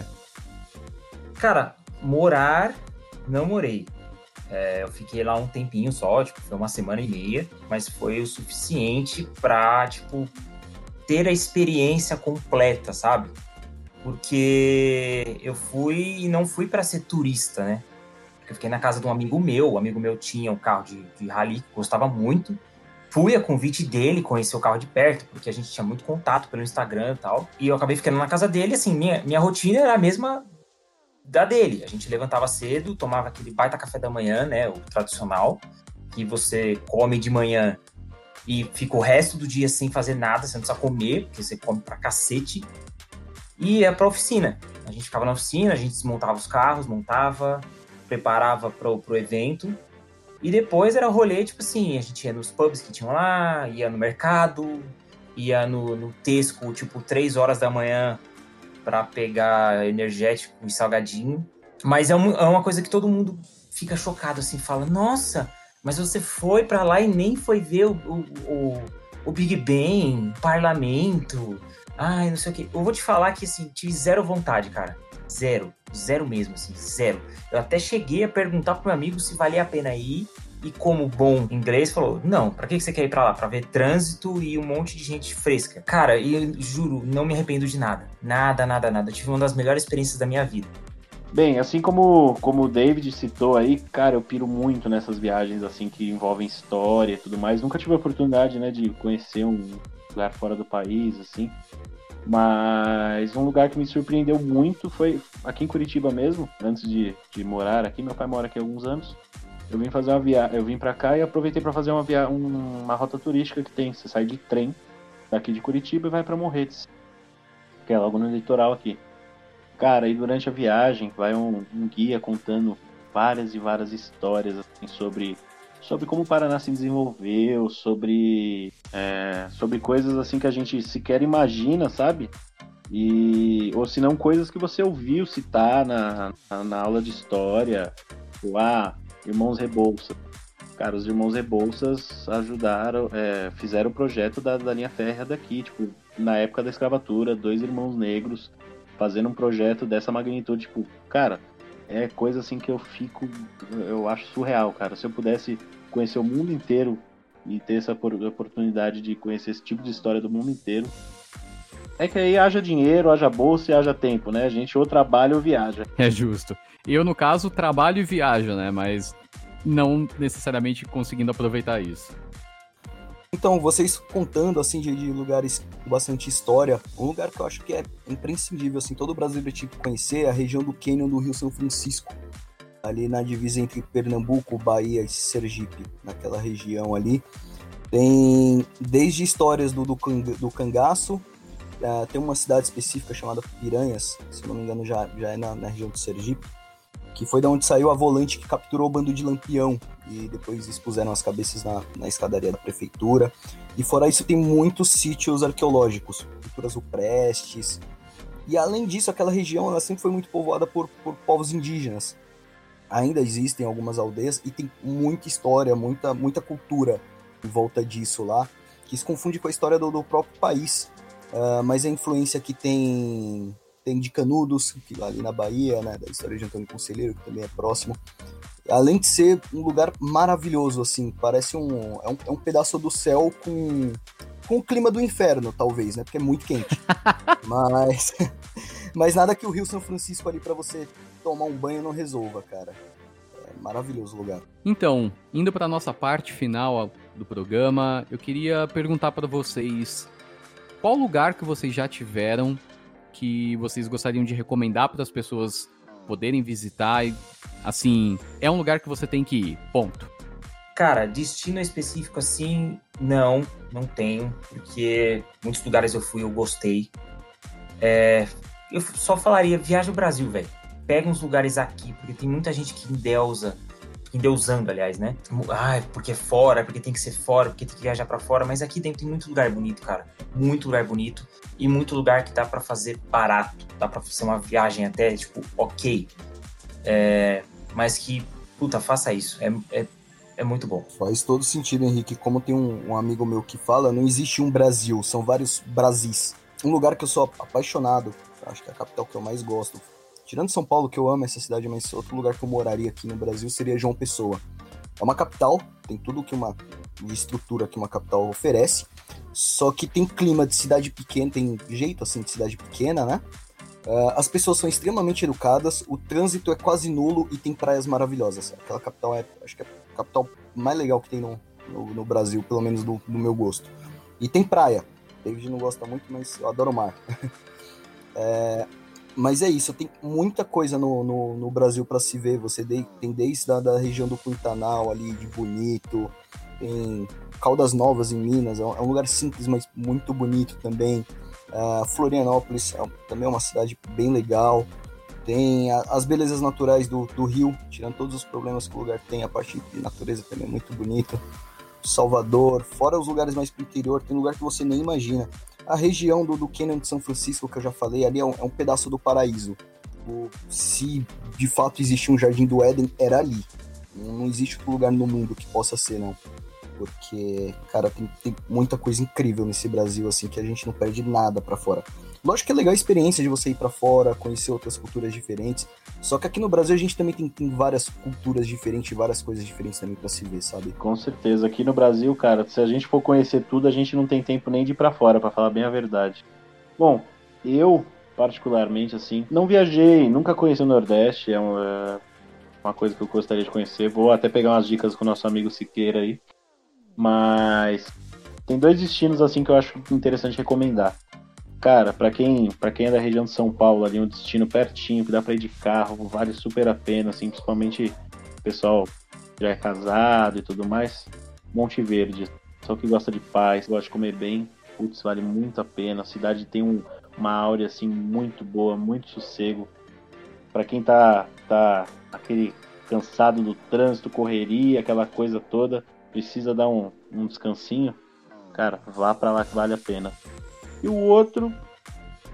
Speaker 4: Cara, morar, não morei. Eu fiquei lá um tempinho só, foi 1 semana e meia, mas foi o suficiente pra, ter a experiência completa, sabe? Porque eu fui e não fui pra ser turista, né? Porque eu fiquei na casa de um amigo meu, o amigo meu tinha um carro de rally, gostava muito. Fui a convite dele, conhecer o carro de perto, porque a gente tinha muito contato pelo Instagram e tal. E eu acabei ficando na casa dele, assim, minha rotina era a mesma da dele. A gente levantava cedo, tomava aquele baita café da manhã, né, o tradicional, que você come de manhã e fica o resto do dia sem fazer nada, você não precisa comer, porque você come pra cacete. E ia pra oficina. A gente ficava na oficina, a gente desmontava os carros, montava, preparava pro evento. E depois era rolê, a gente ia nos pubs que tinham lá, ia no mercado, ia no Tesco, 3 horas da manhã pra pegar energético e salgadinho. Mas é uma coisa que todo mundo fica chocado, assim, fala, nossa, mas você foi pra lá e nem foi ver o Big Ben, o parlamento, ai, não sei o quê. Eu vou te falar que, assim, tive zero vontade, cara. Zero mesmo, assim, zero. Eu até cheguei a perguntar pro meu amigo se valia a pena ir, e como bom inglês, falou, não, pra que você quer ir pra lá? Pra ver trânsito e um monte de gente fresca. Cara, e eu juro, não me arrependo de nada. Nada. Eu tive uma das melhores experiências da minha vida.
Speaker 3: Bem, assim como o David citou aí, cara, eu piro muito nessas viagens, assim, que envolvem história e tudo mais. Nunca tive a oportunidade, né, de conhecer um lugar fora do país, assim. Mas um lugar que me surpreendeu muito foi aqui em Curitiba mesmo, antes de morar aqui. Meu pai mora aqui há alguns anos. Eu vim fazer eu vim pra cá e aproveitei para fazer uma rota turística que tem. Você sai de trem daqui de Curitiba e vai para Morretes, que é logo no litoral aqui. Cara, e durante a viagem vai um guia contando várias e várias histórias assim, sobre como o Paraná se desenvolveu, sobre coisas assim que a gente sequer imagina, sabe? Ou se não, coisas que você ouviu citar na aula de história, tipo, Irmãos Rebouças. Cara, os Irmãos Rebouças ajudaram, fizeram o projeto da linha férrea daqui, tipo, na época da escravatura, 2 irmãos negros fazendo um projeto dessa magnitude, tipo, cara, é coisa assim que eu acho surreal, cara. Se eu pudesse conhecer o mundo inteiro e ter essa oportunidade de conhecer esse tipo de história do mundo inteiro, é que aí haja dinheiro, haja bolsa e haja tempo, né? A gente ou trabalha ou viaja.
Speaker 1: É justo. Eu, no caso, trabalho e viajo, né? Mas não necessariamente conseguindo aproveitar isso.
Speaker 2: Então, vocês contando, assim, de lugares com bastante história, um lugar que eu acho que é imprescindível, assim, todo brasileiro tinha que conhecer é a região do Cânion do Rio São Francisco, ali na divisa entre Pernambuco, Bahia e Sergipe, naquela região ali. Tem desde histórias do cangaço, tem uma cidade específica chamada Piranhas, se eu não me engano já é na região do Sergipe, que foi da onde saiu a volante que capturou o bando de Lampião, e depois expuseram as cabeças na escadaria da prefeitura. E fora isso tem muitos sítios arqueológicos, culturas rupestres, e além disso aquela região ela sempre foi muito povoada por povos indígenas. Ainda existem algumas aldeias e tem muita história, muita cultura em volta disso lá, que se confunde com a história do próprio país. Mas a influência que tem de Canudos, que ali na Bahia, né, da história de Antônio Conselheiro, que também é próximo. Além de ser um lugar maravilhoso, assim, parece um pedaço do céu com o clima do inferno, talvez, né, porque é muito quente. Mas nada que o Rio São Francisco ali para você tomar um banho não resolva, cara. É maravilhoso o lugar.
Speaker 1: Então, indo para nossa parte final do programa, eu queria perguntar para vocês qual lugar que vocês já tiveram que vocês gostariam de recomendar para as pessoas poderem visitar e, assim, é um lugar que você tem que ir, ponto.
Speaker 4: Cara, destino específico assim, não tenho, porque muitos lugares eu fui, eu gostei. Eu só falaria, viaja o Brasil, velho. Pega uns lugares aqui, porque tem muita gente que endeusando, aliás, né? Porque é fora, porque tem que ser fora, porque tem que viajar pra fora, mas aqui dentro tem muito lugar bonito, cara. Muito lugar bonito e muito lugar que dá pra fazer barato, dá pra fazer uma viagem até, tipo, ok. Mas que, puta, faça isso, é muito bom.
Speaker 2: Faz todo sentido, Henrique. Como tem um amigo meu que fala, não existe um Brasil, são vários Brasis. Um lugar que eu sou apaixonado, acho que é a capital que eu mais gosto, tirando São Paulo, que eu amo essa cidade, mas outro lugar que eu moraria aqui no Brasil seria João Pessoa. É uma capital, tem tudo que uma estrutura que uma capital oferece, só que tem clima de cidade pequena, tem jeito assim de cidade pequena, né? As pessoas são extremamente educadas, o trânsito é quase nulo e tem praias maravilhosas. Aquela capital acho que é a capital mais legal que tem no Brasil, pelo menos do meu gosto. E tem praia. David não gosta muito, mas eu adoro o mar. Mas é isso, tem muita coisa no Brasil para se ver. Você tem desde da região do Pantanal ali, de Bonito, tem Caldas Novas em Minas, é um lugar simples, mas muito bonito também. Florianópolis também é uma cidade bem legal. Tem as belezas naturais do Rio, tirando todos os problemas que o lugar tem, a parte de natureza também é muito bonita. Salvador, fora os lugares mais pro interior, tem lugar que você nem imagina. A região do Cânion de São Francisco, que eu já falei, ali é um pedaço do paraíso. Se de fato existe um Jardim do Éden, era ali. Não existe outro lugar no mundo que possa ser, não. Porque, cara, tem muita coisa incrível nesse Brasil, assim, que a gente não perde nada pra fora. Lógico que é legal a experiência de você ir pra fora, conhecer outras culturas diferentes. Só que aqui no Brasil a gente também tem várias culturas diferentes, várias coisas diferentes também pra se ver, sabe?
Speaker 3: Com certeza. Aqui no Brasil, cara, se a gente for conhecer tudo, a gente não tem tempo nem de ir pra fora, pra falar bem a verdade. Bom, eu, particularmente, assim, não viajei, nunca conheci o Nordeste, é uma coisa que eu gostaria de conhecer. Vou até pegar umas dicas com o nosso amigo Siqueira aí. Mas tem 2 destinos, assim, que eu acho interessante recomendar. Cara, pra quem é da região de São Paulo, ali um destino pertinho, que dá pra ir de carro, vale super a pena, assim, principalmente o pessoal já é casado e tudo mais. Monte Verde, só que gosta de paz, gosta de comer bem, putz, vale muito a pena. A cidade tem uma áurea, assim, muito boa, muito sossego. Pra quem tá aquele cansado do trânsito, correria, aquela coisa toda, precisa dar um descansinho, cara, vá pra lá que vale a pena. E o outro,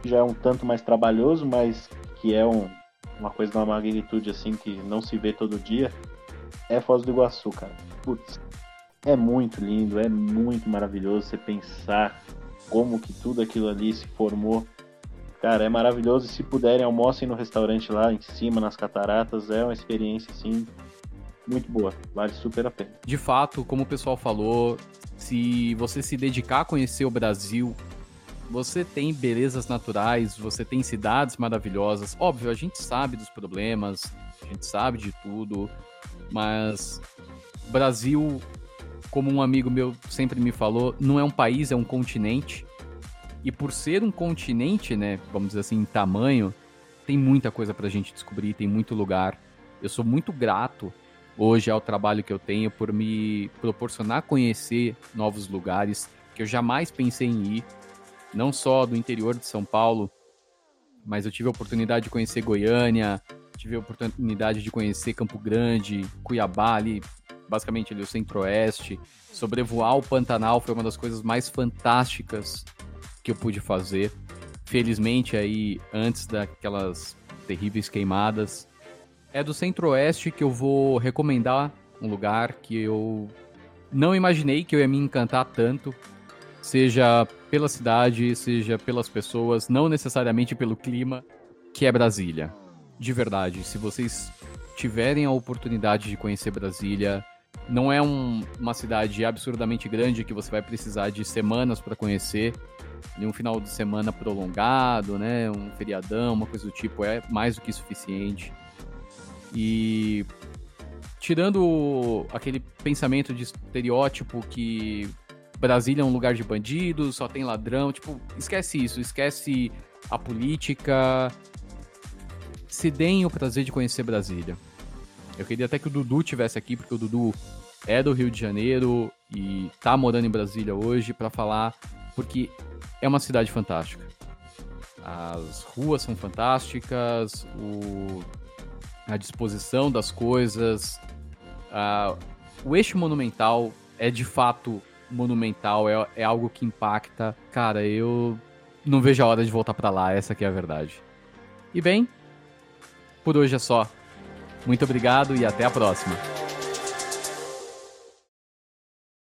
Speaker 3: já é um tanto mais trabalhoso, mas que é uma coisa de uma magnitude assim que não se vê todo dia, é Foz do Iguaçu, cara. Putz, é muito lindo, é muito maravilhoso você pensar como que tudo aquilo ali se formou. Cara, é maravilhoso. Se puderem, almocem no restaurante lá em cima, nas cataratas. É uma experiência, assim, muito boa. Vale super a pena.
Speaker 1: De fato, como o pessoal falou, se você se dedicar a conhecer o Brasil, você tem belezas naturais, você tem cidades maravilhosas. Óbvio, a gente sabe dos problemas, a gente sabe de tudo, mas o Brasil, como um amigo meu sempre me falou, não é um país, é um continente. E por ser um continente, né, vamos dizer assim, em tamanho, tem muita coisa pra gente descobrir, tem muito lugar. Eu sou muito grato hoje ao trabalho que eu tenho por me proporcionar conhecer novos lugares que eu jamais pensei em ir, não só do interior de São Paulo, mas eu tive a oportunidade de conhecer Goiânia, tive a oportunidade de conhecer Campo Grande, Cuiabá, ali, basicamente ali o Centro-Oeste. Sobrevoar o Pantanal foi uma das coisas mais fantásticas que eu pude fazer. Felizmente, aí, antes daquelas terríveis queimadas. É do Centro-Oeste que eu vou recomendar um lugar que eu não imaginei que eu ia me encantar tanto, seja pela cidade, seja pelas pessoas, não necessariamente pelo clima, que é Brasília. De verdade, se vocês tiverem a oportunidade de conhecer Brasília, não é uma cidade absurdamente grande que você vai precisar de semanas para conhecer. Um final de semana prolongado, né? Um feriadão, uma coisa do tipo, é mais do que suficiente. E tirando aquele pensamento de estereótipo que Brasília é um lugar de bandidos, só tem ladrão, tipo, esquece isso, esquece a política. Se deem o prazer de conhecer Brasília. Eu queria até que o Dudu tivesse aqui, porque o Dudu é do Rio de Janeiro e tá morando em Brasília hoje para falar, porque é uma cidade fantástica. As ruas são fantásticas, a disposição das coisas, o eixo monumental é de fato monumental, é algo que impacta. Cara, eu não vejo a hora de voltar pra lá, essa que é a verdade. E bem, por hoje é só. Muito obrigado e até a próxima.